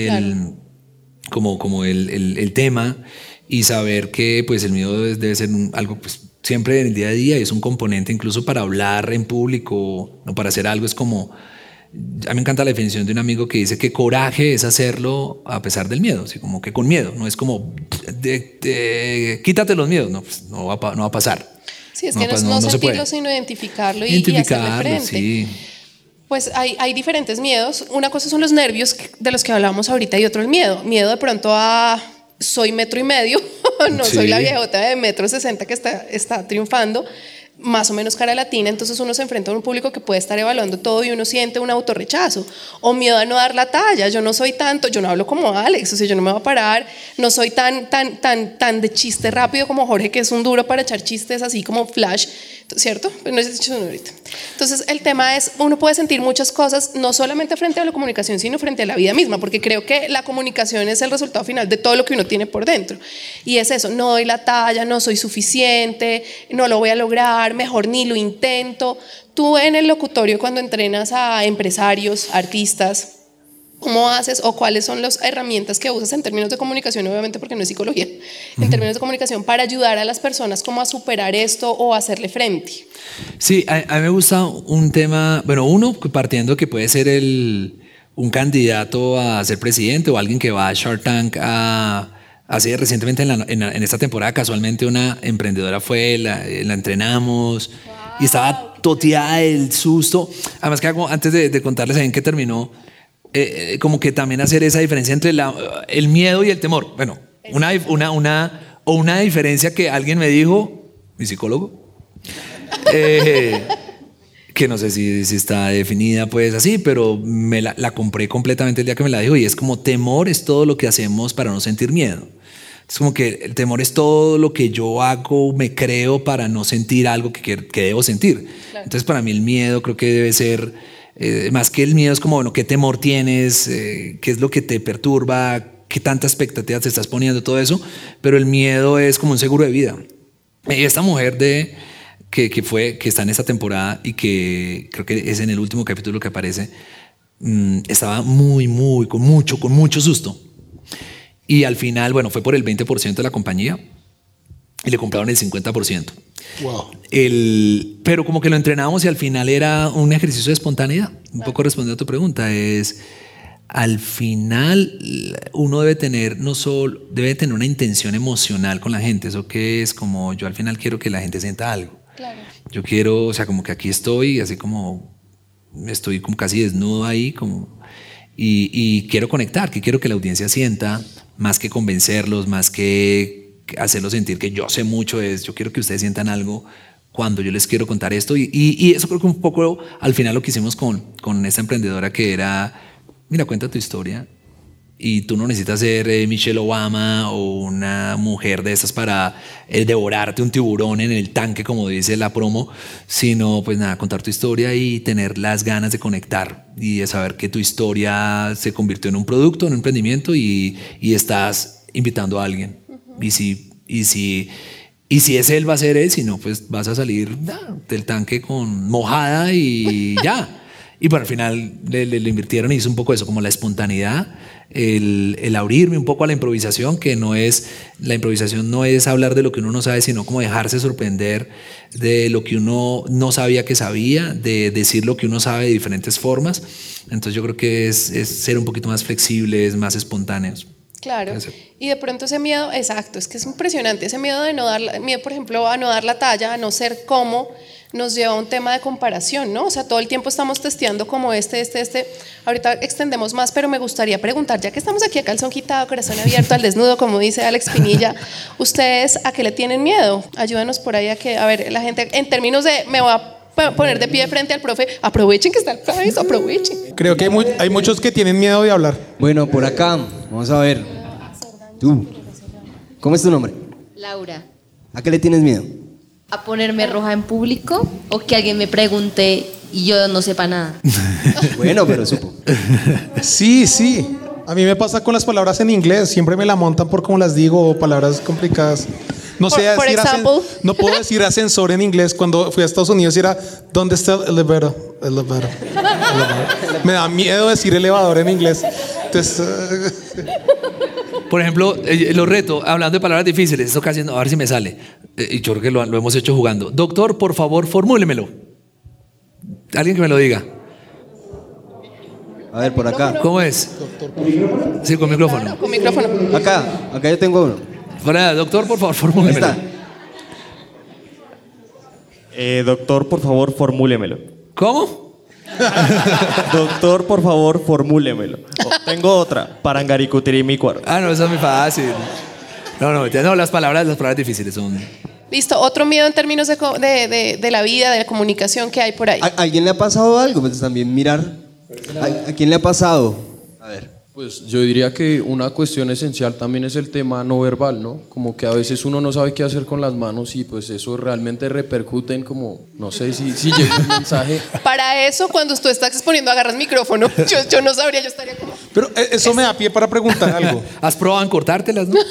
como el tema, y saber que pues el miedo debe ser algo pues siempre en el día a día, y es un componente incluso para hablar en público o para hacer algo. Es como... A mí me encanta la definición de un amigo que dice que coraje es hacerlo a pesar del miedo, así como que con miedo, no es como quítate los miedos, no, pues no va a pasar. Sí, es que no sentirlo, sino identificarlo y hacerle frente. Sí. Pues hay diferentes miedos. Una cosa son los nervios de los que hablábamos ahorita, y otro el miedo. Miedo de pronto a soy 1,5 metros, no soy la viejota de 1,60 m que está triunfando, más o menos cara latina. Entonces uno se enfrenta a un público que puede estar evaluando todo y uno siente un autorrechazo o miedo a no dar la talla. Yo no soy tanto, yo no hablo como Alex, o sea, yo no me voy a parar, no soy tan de chiste rápido como Jorge, que es un duro para echar chistes así como flash, ¿cierto? No es dicho ahorita. Entonces el tema es, uno puede sentir muchas cosas, no solamente frente a la comunicación, sino frente a la vida misma, porque creo que la comunicación es el resultado final de todo lo que uno tiene por dentro, y es eso: no doy la talla, no soy suficiente, no lo voy a lograr, mejor ni lo intento. Tú en el locutorio, cuando entrenas a empresarios, artistas, ¿cómo haces o cuáles son las herramientas que usas en términos de comunicación? Obviamente porque no es psicología, en términos de comunicación, para ayudar a las personas como a superar esto o a hacerle frente. Sí, a mí me gusta un tema, bueno, uno partiendo que puede ser un candidato a ser presidente o alguien que va a Shark Tank hace recientemente en esta temporada, casualmente una emprendedora fue, la entrenamos. Wow. Y estaba toteada del susto. Además que antes de contarles en qué terminó, como que también hacer esa diferencia entre el miedo y el temor. Bueno, una diferencia que alguien me dijo, mi psicólogo, que no sé si está definida pues así, pero me la compré completamente el día que me la dijo, y es como: temor es todo lo que hacemos para no sentir miedo. Es como que el temor es todo lo que yo hago, me creo para no sentir algo que debo sentir. Claro. Entonces para mí el miedo creo que debe ser, más que el miedo es como, bueno, ¿qué temor tienes? ¿Qué es lo que te perturba? ¿Qué tanta expectativa te estás poniendo? Todo eso. Pero el miedo es como un seguro de vida. Y esta mujer que está en esta temporada y que creo que es en el último capítulo que aparece, estaba con mucho susto. Y al final, bueno, fue por el 20% de la compañía. y le compraron el 50%. Wow. Pero como que lo entrenábamos y al final era un ejercicio de espontaneidad. Un poco respondiendo a tu pregunta, es al final uno debe tener una intención emocional con la gente. Eso que es como yo al final quiero que la gente sienta algo. Claro. Yo quiero, o sea, como que aquí estoy, así como estoy como casi desnudo ahí, y quiero conectar, que quiero que la audiencia sienta, más que convencerlos, más que hacerlos sentir que yo sé mucho, yo quiero que ustedes sientan algo cuando yo les quiero contar esto. Y eso creo que un poco al final lo que hicimos con esta emprendedora, que era, mira, cuenta tu historia. Y tú no necesitas ser Michelle Obama o una mujer de esas para devorarte un tiburón en el tanque, como dice la promo, sino pues nada, contar tu historia y tener las ganas de conectar y de saber que tu historia se convirtió en un producto, en un emprendimiento y estás invitando a alguien. Y si es él, va a ser él, si no, pues vas a salir del tanque con mojada y ya. Y bueno, al final le invirtieron y hizo un poco eso, como la espontaneidad, el abrirme un poco a la improvisación, la improvisación no es hablar de lo que uno no sabe, sino como dejarse sorprender de lo que uno no sabía que sabía, de decir lo que uno sabe de diferentes formas. Entonces yo creo que es ser un poquito más flexibles, más espontáneos. Claro, y de pronto ese miedo, exacto, es que es impresionante, ese miedo de miedo, por ejemplo, a no dar la talla, a no ser como, nos lleva a un tema de comparación, ¿no? O sea, todo el tiempo estamos testeando como ahorita extendemos más, pero me gustaría preguntar, ya que estamos aquí a calzón quitado, corazón abierto, al desnudo, como dice Alex Pinilla, ¿ustedes a qué le tienen miedo? Ayúdanos por ahí a ver, la gente, en términos de, me voy a poner de pie frente al profe, aprovechen que está el país, aprovechen. Creo que hay muchos que tienen miedo de hablar. Bueno, por acá, vamos a ver. Tú, ¿cómo es tu nombre? Laura, ¿A qué le tienes miedo? ¿a ponerme roja en público o que alguien me pregunte y yo no sepa nada? Bueno, pero supo. Sí. A mí me pasa con las palabras en inglés. Siempre me la montan por cómo las digo, o palabras complicadas. No sé Por decir example. no puedo decir ascensor en inglés. Cuando fui a Estados Unidos era ¿dónde está el elevator? Elevator. Me da miedo decir elevador en inglés. Entonces, Por ejemplo, lo reto, hablando de palabras difíciles, esto casi, a ver si me sale. Y yo creo que lo hemos hecho jugando. Doctor, por favor, formúlemelo. Alguien que me lo diga. A ver, por acá. ¿Cómo es? Sí, con micrófono. Claro, con micrófono. Acá yo tengo uno. Hola, doctor, por favor, Ahí formúlemelo. está. Doctor, por favor, formúlemelo. ¿Cómo? Doctor, por favor, formúlemelo. Tengo otra. Parangaricutirí mi cuarto. Ah, no, eso es muy fácil. No, las palabras difíciles son... Listo, otro miedo en términos de la vida, de la comunicación que hay por ahí. ¿A alguien le ha pasado algo? Pues también mirar. ¿A quién le ha pasado? A ver. Pues yo diría que una cuestión esencial también es el tema no verbal, ¿no? Como que a veces uno no sabe qué hacer con las manos y pues eso realmente repercute en como, no sé si llega un mensaje. Para eso, cuando tú estás exponiendo, agarras micrófono. Yo no sabría, yo estaría como... pero eso me da pie para preguntar algo. ¿Has probado en cortártelas, no?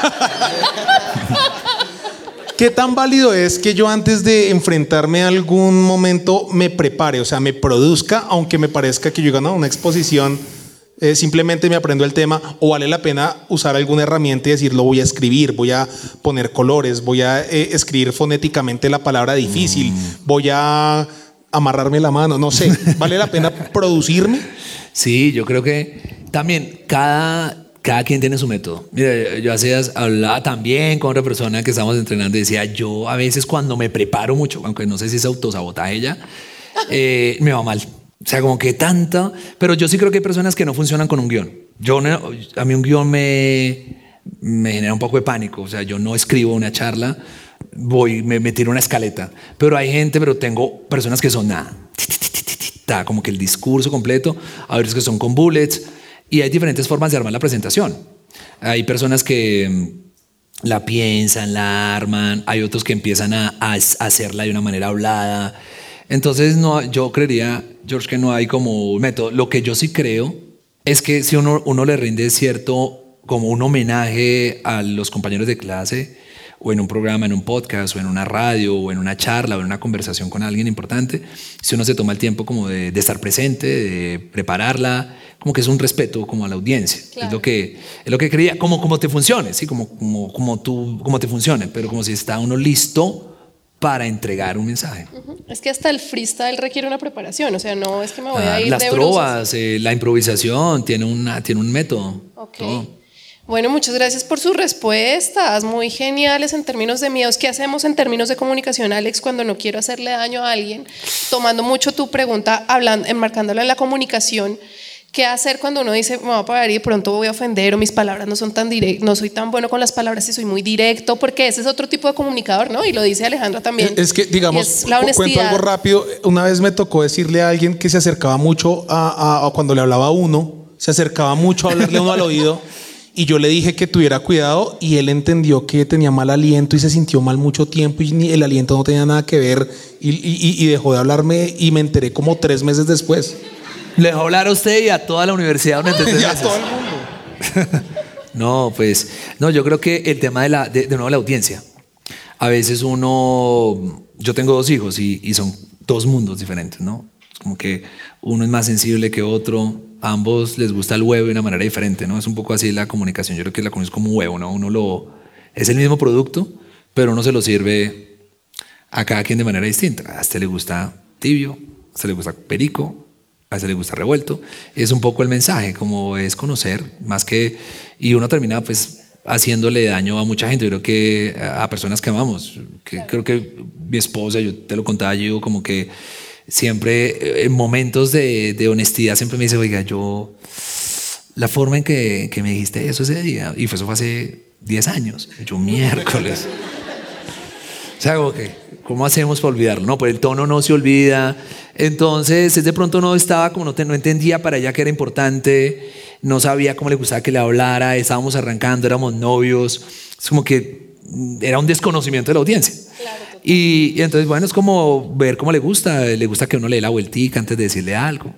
¿Qué tan válido es que yo antes de enfrentarme a algún momento me prepare, o sea, me produzca, aunque me parezca que yo gano una exposición, simplemente me aprendo el tema, o vale la pena usar alguna herramienta y decir, lo voy a escribir, voy a poner colores, voy a escribir fonéticamente la palabra difícil, voy a amarrarme la mano, no sé, ¿vale la pena producirme? Sí, yo creo que también cada quien tiene su método. Mira, yo hablaba también con otra persona que estábamos entrenando y decía, yo a veces cuando me preparo mucho, aunque no sé si es autosabotaje ya, me va mal. O sea, como que tanto, pero yo sí creo que hay personas que no funcionan con un guión. A mí un guión me genera un poco de pánico. O sea, yo no escribo una charla, me tiro una escaleta. Pero tengo personas que son nada, como que el discurso completo. Hay otros que son con bullets y hay diferentes formas de armar la presentación. Hay personas que la piensan, la arman. Hay otros que empiezan a hacerla de una manera hablada. Entonces, yo creería, George, que no hay como un método. Lo que yo sí creo es que si uno le rinde cierto, como un homenaje a los compañeros de clase o en un programa, en un podcast, o en una radio, o en una charla, o en una conversación con alguien importante, si uno se toma el tiempo como de estar presente, de prepararla, como que es un respeto como a la audiencia. Claro. Es lo que quería, como te funcione, ¿sí? Como te funcione, pero como si está uno listo para entregar un mensaje. Es que hasta el freestyle requiere una preparación, o sea, no es que me voy a ir Las de trovas, la improvisación, tiene un método. Ok. Todo. Bueno, muchas gracias por sus respuestas, muy geniales en términos de miedos. ¿Qué hacemos en términos de comunicación, Alex, cuando no quiero hacerle daño a alguien? Tomando mucho tu pregunta, enmarcándola en la comunicación. ¿Qué hacer cuando uno dice, me voy a parar y de pronto voy a ofender o mis palabras no son tan directas, no soy tan bueno con las palabras y soy muy directo? Porque ese es otro tipo de comunicador, ¿no? Y lo dice Alejandra también. Es que, digamos, es la honestidad. cuento algo rápido. Una vez me tocó decirle a alguien que se acercaba mucho a cuando le hablaba a uno, se acercaba mucho a hablarle a uno al oído. Y yo le dije que tuviera cuidado y él entendió que tenía mal aliento y se sintió mal mucho tiempo y el aliento no tenía nada que ver y dejó de hablarme y me enteré como 3 meses después. Le dejó hablar a usted y a toda la universidad durante 3 Y a meses. todo el mundo. No, pues, no, yo creo que el tema de nuevo la audiencia. A veces yo tengo 2 hijos y son 2 mundos diferentes, ¿no? Como que uno es más sensible que otro, a ambos les gusta el huevo de una manera diferente, ¿no? Es un poco así la comunicación. Yo creo que la comunicación es como un huevo, ¿no? Es el mismo producto, pero uno se lo sirve a cada quien de manera distinta. A este le gusta tibio, a este le gusta perico, a este le gusta revuelto. Es un poco el mensaje, como es conocer, más que... Y uno termina pues haciéndole daño a mucha gente. Yo creo que a personas que amamos. Creo que mi esposa, yo te lo contaba, yo como que siempre en momentos de honestidad siempre me dice, oiga, la forma en que me dijiste eso ese día, y eso fue hace 10 años. Y yo, miércoles. O sea, ¿cómo hacemos para olvidarlo? No, pues el tono no se olvida. Entonces, de pronto no estaba como no entendía para ella que era importante, no sabía cómo le gustaba que le hablara, estábamos arrancando, éramos novios. Es como que era un desconocimiento de la audiencia. Claro. Y entonces, bueno, es como ver cómo le gusta que uno le dé la vueltica antes de decirle algo.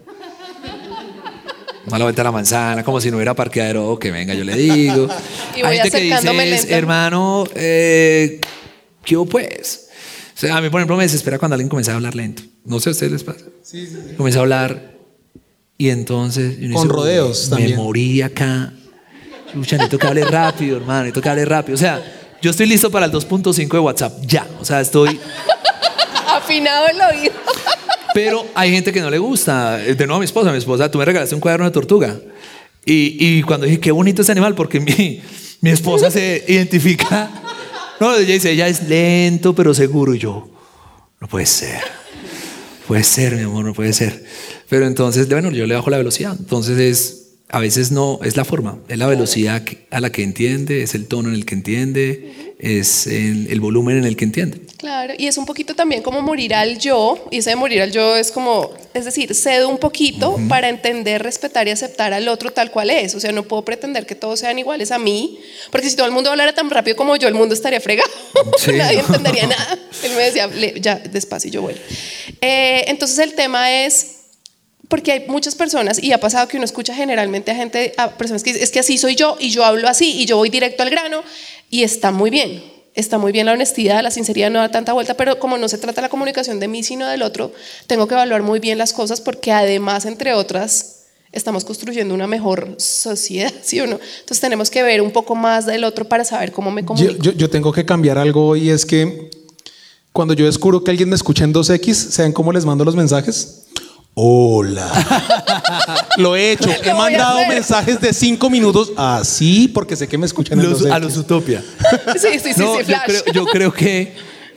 Más la vuelta a la manzana, como si no hubiera parqueadero, que venga, yo le digo. Y voy Hay gente que dice, lentamente. hermano, ¿qué hubo pues? O sea, a mí, por ejemplo, me desespera cuando alguien comienza a hablar lento. No sé a ustedes les pasa. Sí. Comienza a hablar y entonces... Con rodeos también. Me morí acá. Chucha, necesito que hable rápido, hermano, necesito que hable rápido. O sea, yo estoy listo para el 2.5 de WhatsApp, ya. O sea, estoy... Afinado el oído. Pero hay gente que no le gusta. De nuevo, mi esposa, tú me regalaste un cuaderno de tortuga. Y cuando dije, qué bonito este animal, porque mi esposa se identifica. No, ella dice, ella es lento, pero seguro. Y yo, no puede ser. Puede ser, mi amor, no puede ser. Pero entonces, bueno, yo le bajo la velocidad. Entonces a veces no, es la forma, es la velocidad a la que entiende, es el tono en el que entiende, es el volumen en el que entiende. Claro, y es un poquito también como morir al yo, y ese de morir al yo es como, es decir, cedo un poquito para entender, respetar y aceptar al otro tal cual es. O sea, no puedo pretender que todos sean iguales a mí, porque si todo el mundo hablara tan rápido como yo, el mundo estaría fregado. Sí, nadie entendería nada. Él me decía, ya, despacio, yo voy. Entonces el tema es, porque hay muchas personas, y ha pasado que uno escucha generalmente a personas que dicen, es que así soy yo, y yo hablo así, y yo voy directo al grano, y está muy bien la honestidad, la sinceridad, no da tanta vuelta, pero como no se trata la comunicación de mí, sino del otro, tengo que evaluar muy bien las cosas, porque además, entre otras, estamos construyendo una mejor sociedad, ¿sí o no? Entonces tenemos que ver un poco más del otro para saber cómo me comunico. Yo tengo que cambiar algo, y es que cuando yo descubro que alguien me escucha en 2X, ¿saben cómo les mando los mensajes? Hola. Lo he hecho. He mandado mensajes de 5 minutos así porque sé que me escuchan en 2X. A los Utopia. Sí, No, flash. yo creo que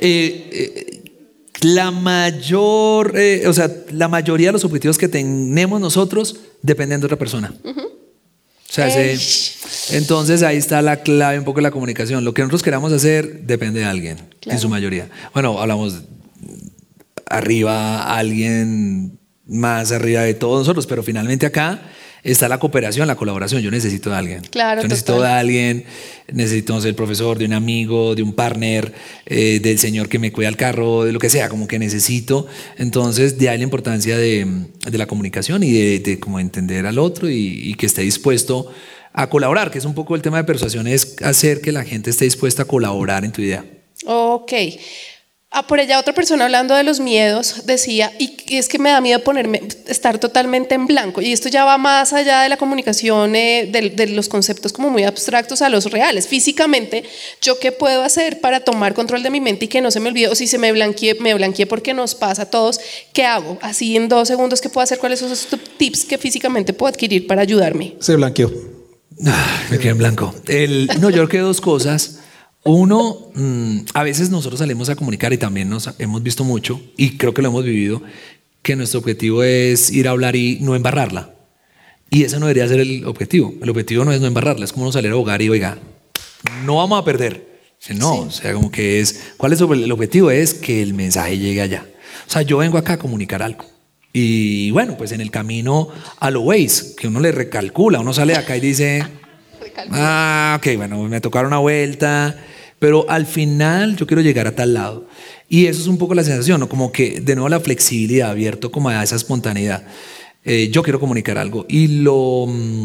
la mayoría de los objetivos que tenemos nosotros dependen de otra persona. O sea, entonces ahí está la clave un poco de la comunicación. Lo que nosotros queramos hacer depende de alguien, en su mayoría. Bueno, hablamos arriba, alguien más arriba de todos nosotros, pero finalmente acá está la cooperación, la colaboración. Yo necesito de alguien. Claro, yo necesito de alguien, necesito ser profesor, de un amigo, de un partner, del señor que me cuida el carro, de lo que sea, como que necesito. Entonces, de ahí la importancia de la comunicación y de como entender al otro y que esté dispuesto a colaborar, que es un poco el tema de persuasión, es hacer que la gente esté dispuesta a colaborar en tu idea. Ok. Por allá otra persona hablando de los miedos decía, y es que me da miedo estar totalmente en blanco, y esto ya va más allá de la comunicación, de los conceptos como muy abstractos a los reales. Físicamente, ¿yo qué puedo hacer para tomar control de mi mente y que no se me olvide? O si se me blanqueé porque nos pasa a todos, ¿qué hago? Así en 2 segundos, ¿qué puedo hacer? ¿Cuáles son esos tips que físicamente puedo adquirir para ayudarme? Se blanqueó. Me quedé en blanco. No, yo creo que 2 cosas. Uno, a veces nosotros salimos a comunicar y también nos hemos visto mucho, y creo que lo hemos vivido, que nuestro objetivo es ir a hablar y no embarrarla. Y ese no debería ser el objetivo. El objetivo no es no embarrarla, es como uno salir a abogar y oiga, no vamos a perder. No, sí. O sea, como que es, ¿cuál es el objetivo? Es que el mensaje llegue allá. O sea, yo vengo acá a comunicar algo. Y bueno, pues en el camino a lo Waze, que uno le recalcula, uno sale de acá y dice, ok, bueno, me tocaron una vuelta, pero al final yo quiero llegar a tal lado. Y eso es un poco la sensación, ¿no? Como que de nuevo la flexibilidad, abierto como a esa espontaneidad. Yo quiero comunicar algo. Y lo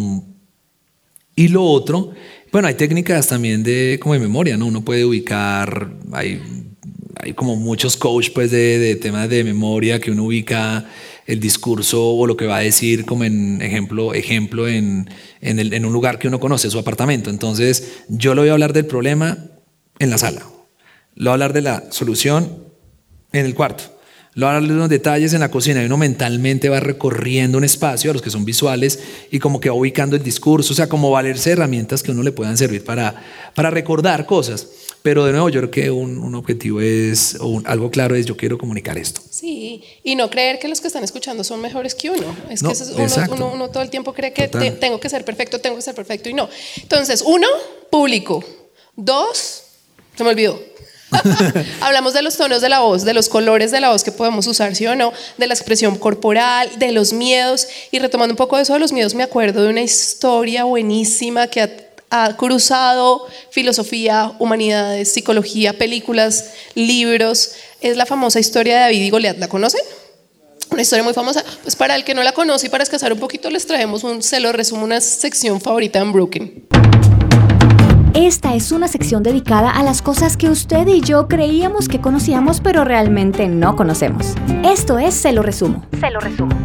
otro, bueno, hay técnicas también como de memoria, ¿no? Uno puede ubicar, hay como muchos coaches pues de temas de memoria que uno ubica el discurso o lo que va a decir como en ejemplo en un lugar que uno conoce, su apartamento. Entonces yo le voy a hablar del problema en la sala, le voy a hablar de la solución en el cuarto, le voy a hablar de unos detalles en la cocina, y uno mentalmente va recorriendo un espacio a los que son visuales y como que va ubicando el discurso, o sea, como valerse de herramientas que a uno le puedan servir para recordar cosas. Pero de nuevo, yo creo que un objetivo es, algo claro es, yo quiero comunicar esto. Sí, y no creer que los que están escuchando son mejores que uno. Es no, que uno todo el tiempo cree que tengo que ser perfecto, y no. Entonces, 1, público. 2, se me olvidó. Hablamos de los tonos de la voz, de los colores de la voz que podemos usar, sí o no, de la expresión corporal, de los miedos. Y retomando un poco de eso de los miedos, me acuerdo de una historia buenísima que ha cruzado filosofía, humanidades, psicología, películas, libros. Es la famosa historia de David y Goliat. ¿La conocen? Una historia muy famosa. Pues para el que no la conoce y para escasar un poquito, les traemos se lo resumo, una sección favorita en Brooklyn. Esta es una sección dedicada a las cosas que usted y yo creíamos que conocíamos, pero realmente no conocemos. Esto es Se lo resumo. Se lo resumo.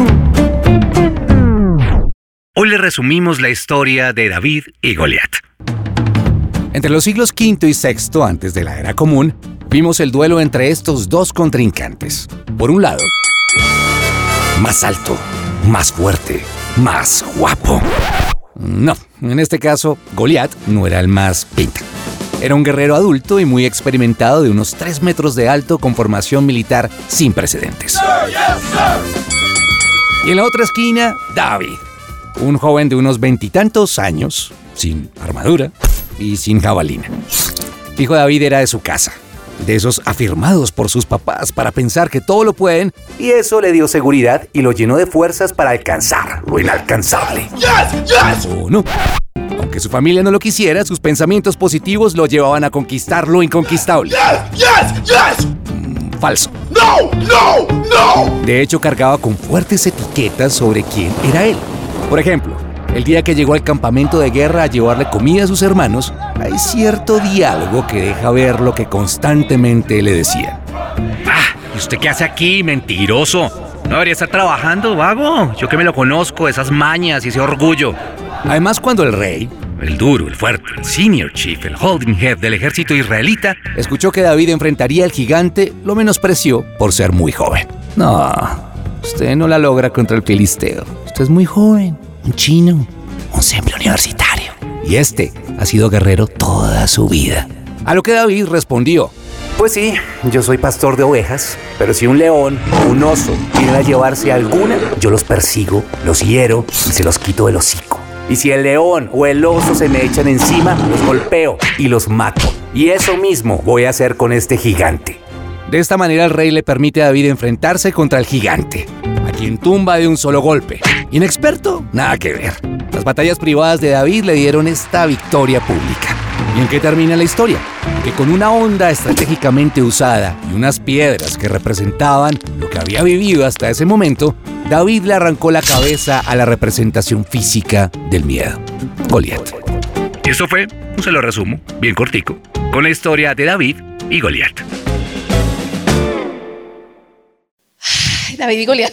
Hoy le resumimos la historia de David y Goliat. Entre los siglos V y VI antes de la Era Común, vimos el duelo entre estos 2 contrincantes. Por un lado, más alto, más fuerte, más guapo. No, en este caso, Goliat no era el más pinta. Era un guerrero adulto y muy experimentado de unos 3 metros de alto con formación militar sin precedentes. Sir, yes, sir. Y en la otra esquina, David. Un joven de unos 20 y tantos años, sin armadura y sin jabalina. Hijo David era de su casa, de esos afirmados por sus papás para pensar que todo lo pueden, y eso le dio seguridad y lo llenó de fuerzas para alcanzar lo inalcanzable. ¿O no? Aunque su familia no lo quisiera, sus pensamientos positivos lo llevaban a conquistar lo inconquistable. Falso. No. De hecho, cargaba con fuertes etiquetas sobre quién era él. Por ejemplo, el día que llegó al campamento de guerra a llevarle comida a sus hermanos, hay cierto diálogo que deja ver lo que constantemente le decían. ¿Y usted qué hace aquí, mentiroso? ¿No debería estar trabajando, vago? Yo que me lo conozco, esas mañas y ese orgullo. Además, cuando el rey, el duro, el fuerte, el senior chief, el holding head del ejército israelita, escuchó que David enfrentaría al gigante, lo menospreció por ser muy joven. No, usted no la logra contra el filisteo. Usted es muy joven, un chino, un simple universitario. Y este ha sido guerrero toda su vida. A lo que David respondió: pues sí, yo soy pastor de ovejas, pero si un león o un oso vienen a llevarse alguna, yo los persigo, los hiero y se los quito del hocico. Y si el león o el oso se me echan encima, los golpeo y los mato. Y eso mismo voy a hacer con este gigante. De esta manera el rey le permite a David enfrentarse contra el gigante, a quien tumba de un solo golpe. Inexperto, nada que ver. Las batallas privadas de David le dieron esta victoria pública. ¿Y en qué termina la historia? Que con una honda estratégicamente usada y unas piedras que representaban lo que había vivido hasta ese momento, David le arrancó la cabeza a la representación física del miedo, Goliat. Y esto fue, se lo resumo, bien cortico, con la historia de David y Goliat. David y Goliat.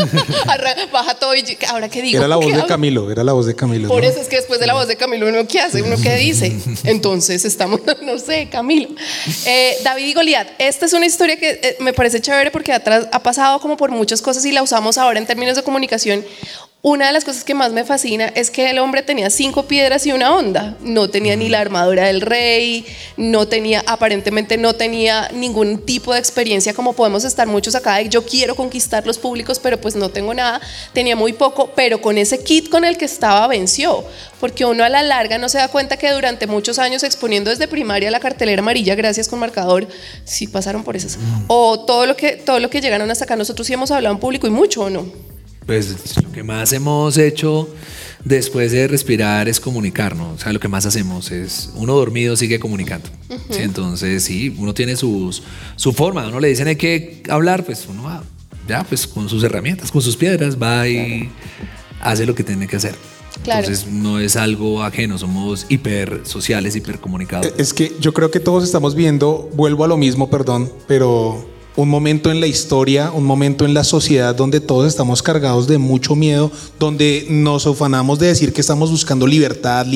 Baja todo y ahora qué digo. Era la voz de hablo? Camilo, era la voz de Camilo. Por ¿no? eso es que después de la voz de Camilo, ¿uno qué hace? ¿Uno qué dice? Entonces estamos, no sé, Camilo. David y Goliat. Esta es una historia que me parece chévere porque ha pasado como por muchas cosas y la usamos ahora en términos de comunicación. Una de las cosas que más me fascina es que el hombre tenía 5 piedras y una honda. No tenía ni la armadura del rey, aparentemente no tenía ningún tipo de experiencia como podemos estar muchos acá de yo quiero conquistar los públicos, pero pues no tengo nada. Tenía muy poco, pero con ese kit con el que estaba venció. Porque uno a la larga no se da cuenta que durante muchos años exponiendo desde primaria la cartelera amarilla, gracias con marcador, sí pasaron por esas. O todo lo que llegaron hasta acá, nosotros sí hemos hablado en público y mucho, ¿o no? Pues lo que más hemos hecho después de respirar es comunicarnos. O sea, lo que más hacemos es, uno dormido sigue comunicando. ¿Sí? Entonces, sí, uno tiene su forma. A uno le dicen hay que hablar, pues uno va, ya, pues con sus herramientas, con sus piedras, va y hace lo que tiene que hacer. Claro. Entonces no es algo ajeno, somos hiper sociales, hiper comunicados. Es que yo creo que todos estamos viendo, vuelvo a lo mismo, perdón, pero un momento en la historia, un momento en la sociedad donde todos estamos cargados de mucho miedo, donde nos ufanamos de decir que estamos buscando libertad,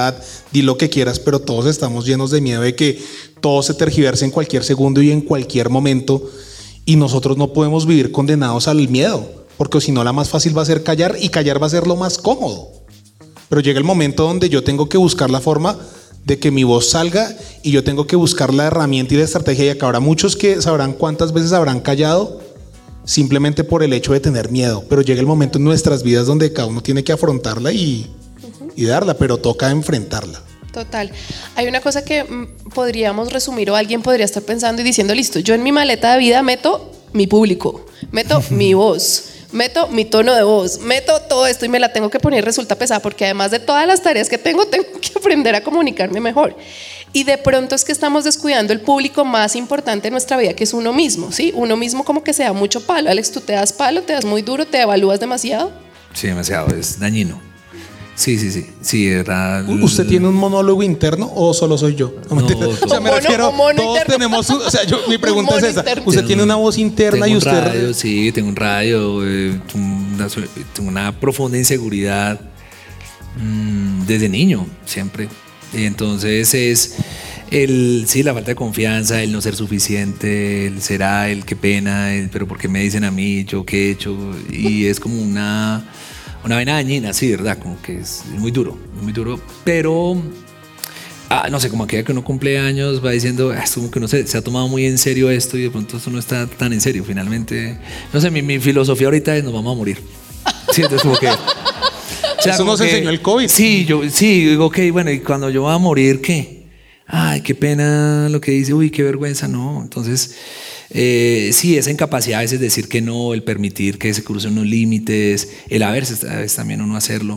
di lo que quieras, pero todos estamos llenos de miedo de que todo se tergiverse en cualquier segundo y en cualquier momento, y nosotros no podemos vivir condenados al miedo, porque si no la más fácil va a ser callar, y callar va a ser lo más cómodo. Pero llega el momento donde yo tengo que buscar la forma de que mi voz salga y yo tengo que buscar la herramienta y la estrategia, y acá habrá muchos que sabrán cuántas veces habrán callado simplemente por el hecho de tener miedo, pero llega el momento en nuestras vidas donde cada uno tiene que afrontarla y darla, pero toca enfrentarla. Total. Hay una cosa que podríamos resumir o alguien podría estar pensando y diciendo, listo, yo en mi maleta de vida meto mi público, meto mi voz, meto mi tono de voz, meto todo esto y me la tengo que poner, resulta pesada porque además de todas las tareas que tengo que aprender a comunicarme mejor. Y de pronto es que estamos descuidando el público más importante de nuestra vida, que es uno mismo, ¿sí? Uno mismo como que se da mucho palo. Alex, ¿tú te das palo? ¿Te das muy duro? ¿Te evalúas demasiado? Sí, demasiado, es dañino. Sí, ¿verdad? ¿Usted tiene un monólogo interno o solo soy yo? No, o sea, me refiero, todos interno. Tenemos, o sea, mi pregunta es esa. Interno. ¿Usted tiene una voz interna y usted? Radio, sí, tengo un radio, tengo una profunda inseguridad desde niño, siempre. Y entonces es la falta de confianza, el no ser suficiente, el será, el qué pena, pero ¿por qué me dicen a mí, yo qué he hecho? Y es como una vaina dañina, sí, ¿verdad? Como que es muy duro, pero no sé, como aquella que uno cumple años va diciendo, es como que uno se ha tomado muy en serio esto y de pronto esto no está tan en serio, finalmente, no sé, mi filosofía ahorita es nos vamos a morir. Sí, entonces como que... O sea, eso nos enseñó el COVID. Sí, digo, ok, bueno, y cuando yo voy a morir, ¿qué? Ay, qué pena lo que dice, uy, qué vergüenza, no. Entonces, sí, esa incapacidad a veces de decir que no, el permitir que se crucen unos límites, el a veces también uno hacerlo.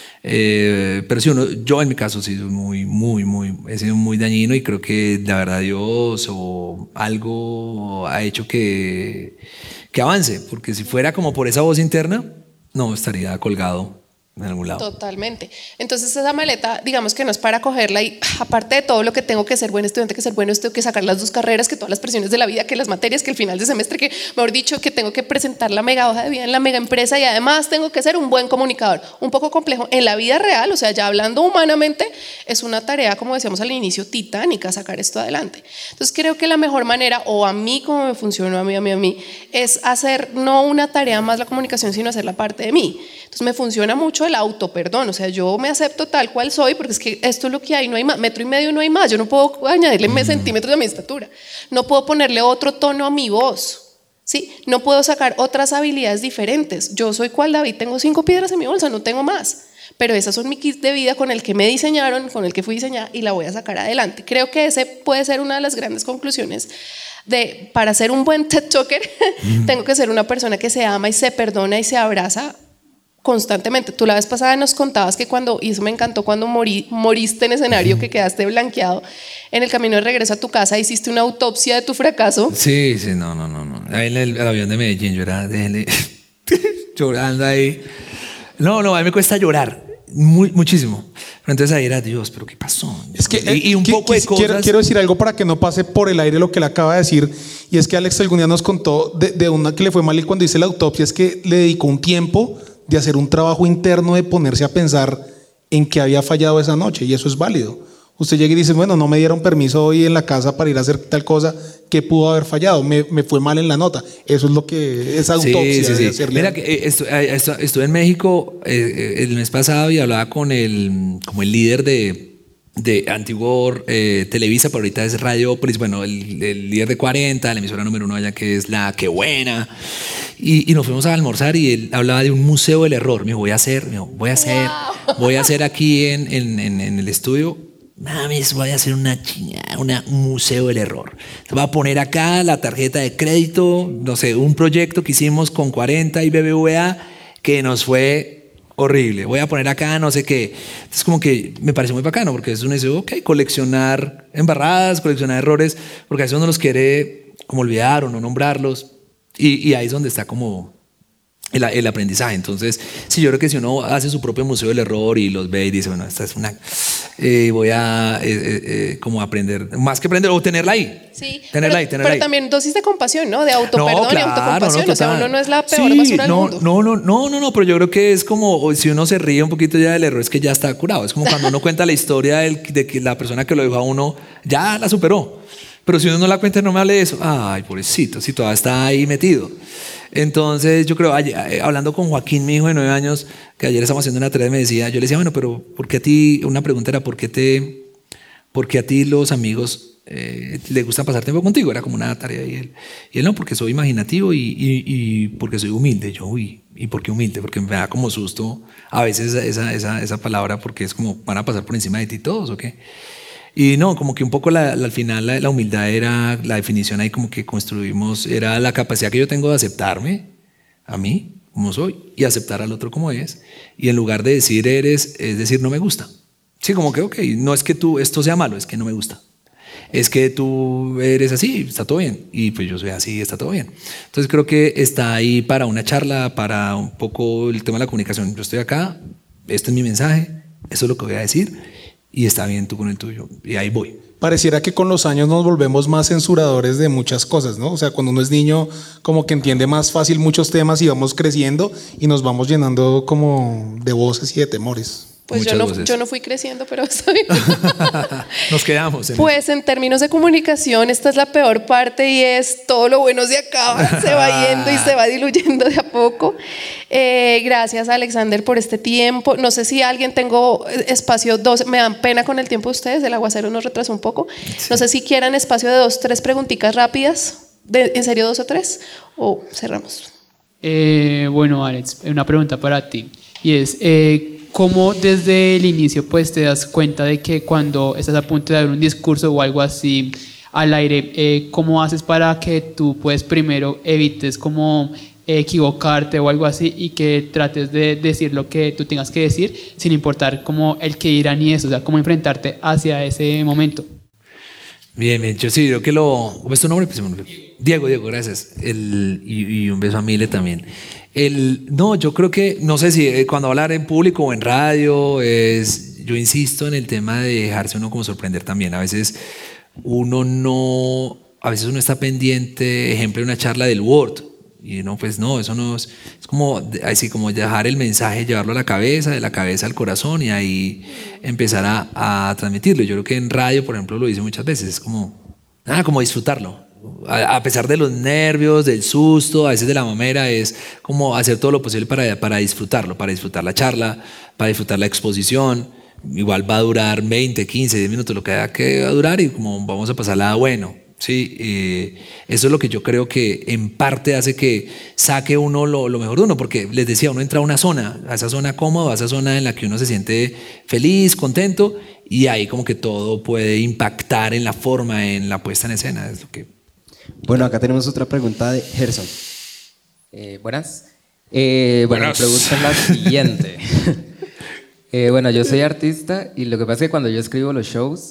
Pero sí, yo en mi caso sí soy he sido muy dañino y creo que la verdad Dios o algo ha hecho que avance, porque si fuera como por esa voz interna, no estaría colgado en algún lado. Totalmente. Entonces esa maleta, digamos que no es para cogerla y aparte de todo lo que tengo que ser buen estudiante, que ser bueno, tengo que sacar las 2 carreras, que todas las presiones de la vida, que las materias, que el final de semestre, que mejor dicho, que tengo que presentar la mega hoja de vida en la mega empresa y además tengo que ser un buen comunicador. Un poco complejo en la vida real, o sea, ya hablando humanamente, es una tarea, como decíamos al inicio, titánica sacar esto adelante. Entonces creo que la mejor manera, o a mí como me funcionó a mí, es hacer no una tarea más la comunicación, sino hacer la parte de mí. Entonces me funciona mucho el autoperdón, o sea, yo me acepto tal cual soy porque es que esto es lo que hay, no hay más, 1,5 metros no hay más, yo no puedo añadirle centímetros a mi estatura, no puedo ponerle otro tono a mi voz, ¿sí? No puedo sacar otras habilidades diferentes. Yo soy cual David, tengo 5 piedras en mi bolsa, no tengo más, pero esas son mi kit de vida con el que me diseñaron, con el que fui diseñada y la voy a sacar adelante. Creo que ese puede ser una de las grandes conclusiones para ser un buen TED Talker, tengo que ser una persona que se ama y se perdona y se abraza constantemente. Tú la vez pasada nos contabas que y eso me encantó, cuando moriste en escenario, que quedaste blanqueado, en el camino de regreso a tu casa hiciste una autopsia de tu fracaso. Sí, no. Ahí en el avión de Medellín yo era llorando ahí. No, a mí me cuesta llorar. Muchísimo. Pero entonces ahí era Dios, pero ¿qué pasó? Es que y un poco de cosas. Quiero decir algo para que no pase por el aire lo que le acaba de decir. Y es que Alex algún día nos contó de una que le fue mal y cuando hice la autopsia es que le dedicó un tiempo de hacer un trabajo interno de ponerse a pensar en qué había fallado esa noche. Y eso es válido. Usted llega y dice, bueno, no me dieron permiso hoy en la casa para ir a hacer tal cosa, ¿qué pudo haber fallado? Me fue mal en la nota. Eso es lo que esa autopsia debe hacerle. Mira, que estuve en México el mes pasado y hablaba con el líder de antiguo Televisa, pero ahorita es Radiopolis, bueno, el líder de 40, la emisora número 1 allá, que es la Qué Buena. Y nos fuimos a almorzar y él hablaba de un museo del error. Me dijo, voy a hacer aquí en el estudio. Mames, voy a hacer un museo del error. Te voy a poner acá la tarjeta de crédito, no sé, un proyecto que hicimos con 40 y BBVA que nos fue horrible. Voy a poner acá no sé qué. Entonces como que me parece muy bacano porque es un deseo, ok, coleccionar embarradas, coleccionar errores, porque a veces uno los quiere como olvidar o no nombrarlos y ahí es donde está como el aprendizaje. Entonces, sí, yo creo que si uno hace su propio museo del error y los ve y dice, bueno, esta es una... voy a como aprender, más que aprender, o tenerla ahí. Sí, tenerla pero ahí. También dosis de compasión, ¿no? De autoperdón y autocompasión. No, o sea, uno no es la peor basura del mundo. No, pero yo creo que es como, si uno se ríe un poquito ya del error, es que ya está curado. Es como cuando uno cuenta la historia de que la persona que lo dijo a uno ya la superó. Pero si uno no la cuenta, no me hable de eso. Ay, pobrecito, si todavía está ahí metido. Entonces yo creo, hablando con Joaquín, mi hijo de 9 años, que ayer estábamos haciendo una tarea, me decía, yo le decía, bueno, pero ¿por qué a ti? Una pregunta era, ¿por qué a ti los amigos les gusta pasar tiempo contigo? Era como una tarea y él no, porque soy imaginativo y porque soy humilde. Yo, ¿y por qué humilde? Porque me da como susto a veces esa palabra, porque es como, ¿van a pasar por encima de ti todos o qué? Y no, como que un poco al final la humildad era la definición ahí como que construimos, era la capacidad que yo tengo de aceptarme a mí como soy y aceptar al otro como es. Y en lugar de decir es decir no me gusta. Sí, como que ok, no es que esto sea malo, es que no me gusta. Es que tú eres así, está todo bien. Y pues yo soy así, está todo bien. Entonces creo que está ahí para una charla, para un poco el tema de la comunicación. Yo estoy acá, este es mi mensaje, eso es lo que voy a decir. Y está bien tú con el tuyo. Y ahí voy. Pareciera que con los años nos volvemos más censuradores de muchas cosas, ¿no? O sea, cuando uno es niño, como que entiende más fácil muchos temas y vamos creciendo y nos vamos llenando como de voces y de temores. Pues yo no fui creciendo, pero está bien. Nos quedamos. Pues en términos de comunicación, esta es la peor parte y es todo lo bueno se acaba, se va yendo y se va diluyendo de a poco. Gracias, Alexander, por este tiempo. No sé si alguien tengo espacio 2, me dan pena con el tiempo de ustedes, el aguacero nos retrasó un poco. Sí. No sé si quieran espacio de 2, 3 preguntitas rápidas, en serio 2 o 3, o cerramos. Bueno, Alex, una pregunta para ti y es... ¿cómo desde el inicio pues te das cuenta de que cuando estás a punto de dar un discurso o algo así al aire, cómo haces para que tú pues primero evites como equivocarte o algo así y que trates de decir lo que tú tengas que decir sin importar como el que dirán y eso, o sea, cómo enfrentarte hacia ese momento? Bien, yo sí, creo que ¿cómo es tu nombre? Diego, gracias. Y un beso a Mile también. No, yo creo que, no sé si cuando hablar en público o en radio, yo insisto en el tema de dejarse uno como sorprender también. A veces uno está pendiente, ejemplo, de una charla del Word. Y no, pues no, eso no es como así como dejar el mensaje, llevarlo a la cabeza, de la cabeza al corazón y ahí empezar a transmitirlo. Yo creo que en radio, por ejemplo, lo hice muchas veces, es como disfrutarlo. A pesar de los nervios, del susto, a veces de la mamera, es como hacer todo lo posible para disfrutarlo, para disfrutar la charla, para disfrutar la exposición. Igual va a durar 20, 15, 10 minutos, lo que haya que durar y como vamos a pasarla bueno. Sí, eso es lo que yo creo que en parte hace que saque uno lo mejor de uno, porque les decía, uno entra a esa zona cómoda, a esa zona en la que uno se siente feliz, contento, y ahí como que todo puede impactar en la forma, en la puesta en escena. Es lo que... Bueno, acá tenemos otra pregunta de Gerson. Buenas. Bueno, la pregunta es la siguiente. Bueno, yo soy artista y lo que pasa es que cuando yo escribo los shows,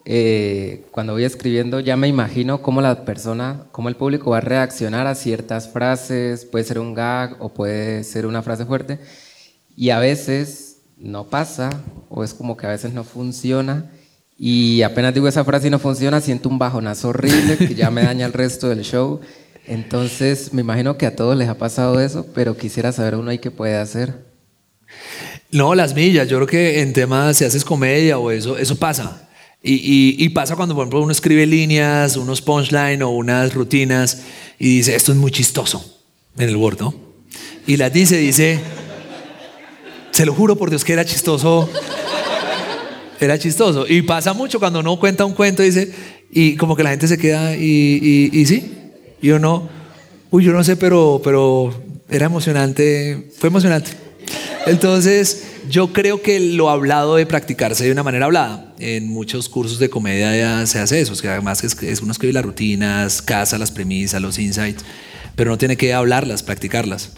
cuando voy escribiendo ya me imagino cómo la persona, cómo el público va a reaccionar a ciertas frases, puede ser un gag o puede ser una frase fuerte, y a veces no pasa, o es como que a veces no funciona, y apenas digo esa frase y no funciona, siento un bajonazo horrible que ya me daña el resto del show. Entonces me imagino que a todos les ha pasado eso, pero quisiera saber uno ahí qué puede hacer. No, las millas. Yo creo que en temas, si haces comedia o eso pasa. Y pasa cuando, por ejemplo, uno escribe líneas, unos punchline o unas rutinas y dice, esto es muy chistoso en el Word, ¿no? Y las dice, se lo juro por Dios que era chistoso. Era chistoso. Y pasa mucho cuando uno cuenta un cuento, dice, y como que la gente se queda y sí. Y uno, yo no sé, pero era emocionante, fue emocionante. Entonces, yo creo que lo hablado de practicarse de una manera hablada. En muchos cursos de comedia ya se hace eso, que además es uno escribe las rutinas, caza las premisas, los insights, pero no tiene que hablarlas, practicarlas.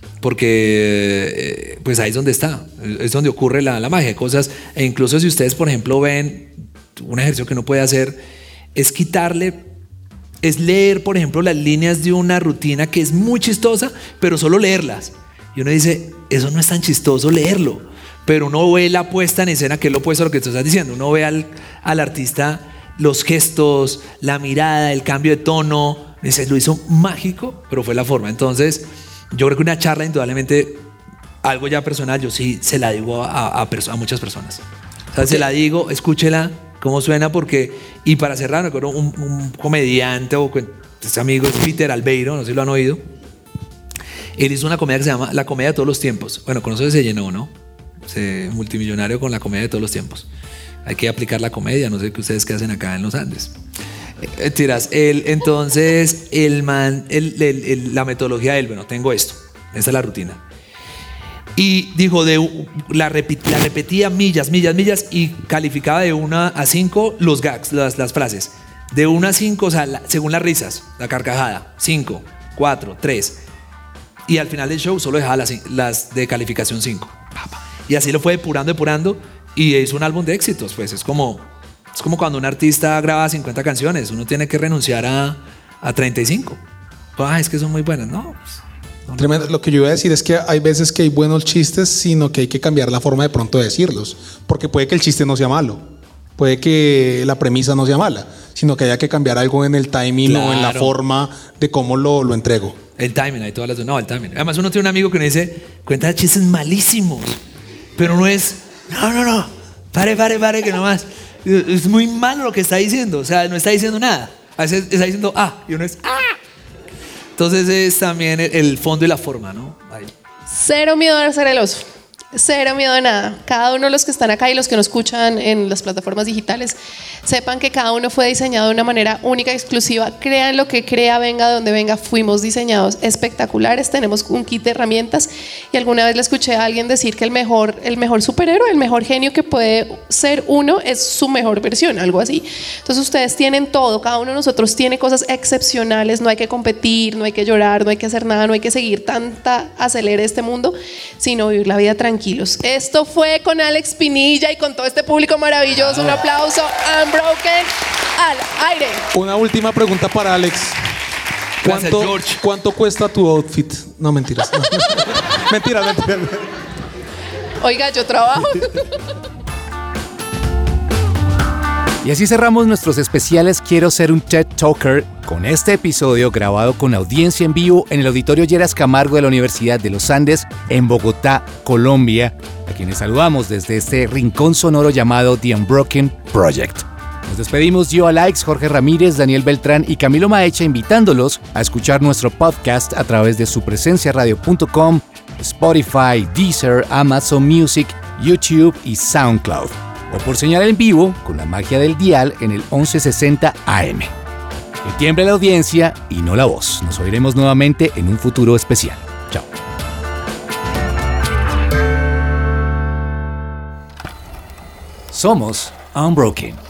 Porque pues ahí es donde está, es donde ocurre la magia de cosas. E incluso si ustedes, por ejemplo, ven un ejercicio que uno puede hacer, es leer, por ejemplo, las líneas de una rutina que es muy chistosa, pero solo leerlas. Y uno dice, eso no es tan chistoso leerlo, pero uno ve la puesta en escena, que es lo opuesto a lo que tú estás diciendo. Uno ve al artista, los gestos, la mirada, el cambio de tono. Dice, lo hizo mágico, pero fue la forma. Entonces, yo creo que una charla, indudablemente, algo ya personal, yo sí se la digo a muchas personas. O sea, se la digo, escúchela, cómo suena, porque, y para cerrar, me acuerdo un comediante o este amigo es Peter Albeiro, no sé si lo han oído. Él hizo una comedia que se llama La Comedia de Todos los Tiempos. Bueno, con eso se llenó, ¿no? Multimillonario con La Comedia de Todos los Tiempos. Hay que aplicar la comedia, no sé qué ustedes qué hacen acá en los Andes. Entonces, la metodología de él, bueno, tengo esto, esta es la rutina. Y dijo, la repetía millas, y calificaba de 1 a 5 los gags, las frases. De 1 a 5, o sea, según las risas, la carcajada, 5, 4, 3. Y al final del show solo dejaba las de calificación 5. Y así lo fue depurando, y hizo un álbum de éxitos. Pues es como cuando un artista graba 50 canciones, uno tiene que renunciar a 35. Es que son muy buenas, ¿no? Tremendo. Lo que yo iba a decir es que hay veces que hay buenos chistes, sino que hay que cambiar la forma de pronto de decirlos, porque puede que el chiste no sea malo, puede que la premisa no sea mala, sino que haya que cambiar algo en el timing, claro, o en la forma de cómo lo entrego. El timing, hay todas las... No, el timing. Además, uno tiene un amigo que me dice, cuenta chistes malísimos, pero no es... No, pare, que nomás... Es muy malo lo que está diciendo, o sea, no está diciendo nada. A veces está diciendo y uno es Entonces es también el fondo y la forma, ¿no? Ahí. Cero miedo a ser el oso. Cero miedo a nada. Cada uno de los que están acá y los que nos escuchan en las plataformas digitales, sepan que cada uno fue diseñado de una manera única y exclusiva. Crean lo que crea, venga de donde venga. Fuimos diseñados espectaculares. Tenemos un kit de herramientas. Y alguna vez le escuché a alguien decir que el mejor superhéroe, el mejor genio que puede ser uno es su mejor versión, algo así. Entonces ustedes tienen todo. Cada uno de nosotros tiene cosas excepcionales. No hay que competir, no hay que llorar, no hay que hacer nada, no hay que seguir tanta acelere este mundo, sino vivir la vida tranquilos. Esto fue con Alex Pinilla y con todo este público maravilloso. Un aplauso. Unbroken al aire. Una última pregunta para Alex. ¿Cuánto cuesta tu outfit? No, mentiras. No. Mentiras. Oiga, yo trabajo. Y así cerramos nuestros especiales Quiero ser un TED Talker con este episodio grabado con audiencia en vivo en el Auditorio Lleras Camargo de la Universidad de los Andes en Bogotá, Colombia, a quienes saludamos desde este rincón sonoro llamado The Unbroken Project. Nos despedimos yo, Alex, Jorge Ramírez, Daniel Beltrán y Camilo Maecha, invitándolos a escuchar nuestro podcast a través de supresenciaradio.com, Spotify, Deezer, Amazon Music, YouTube y SoundCloud. O por señal en vivo con la magia del dial en el 1160 AM. Que tiemble la audiencia y no la voz. Nos oiremos nuevamente en un futuro especial. Chao. Somos Unbroken.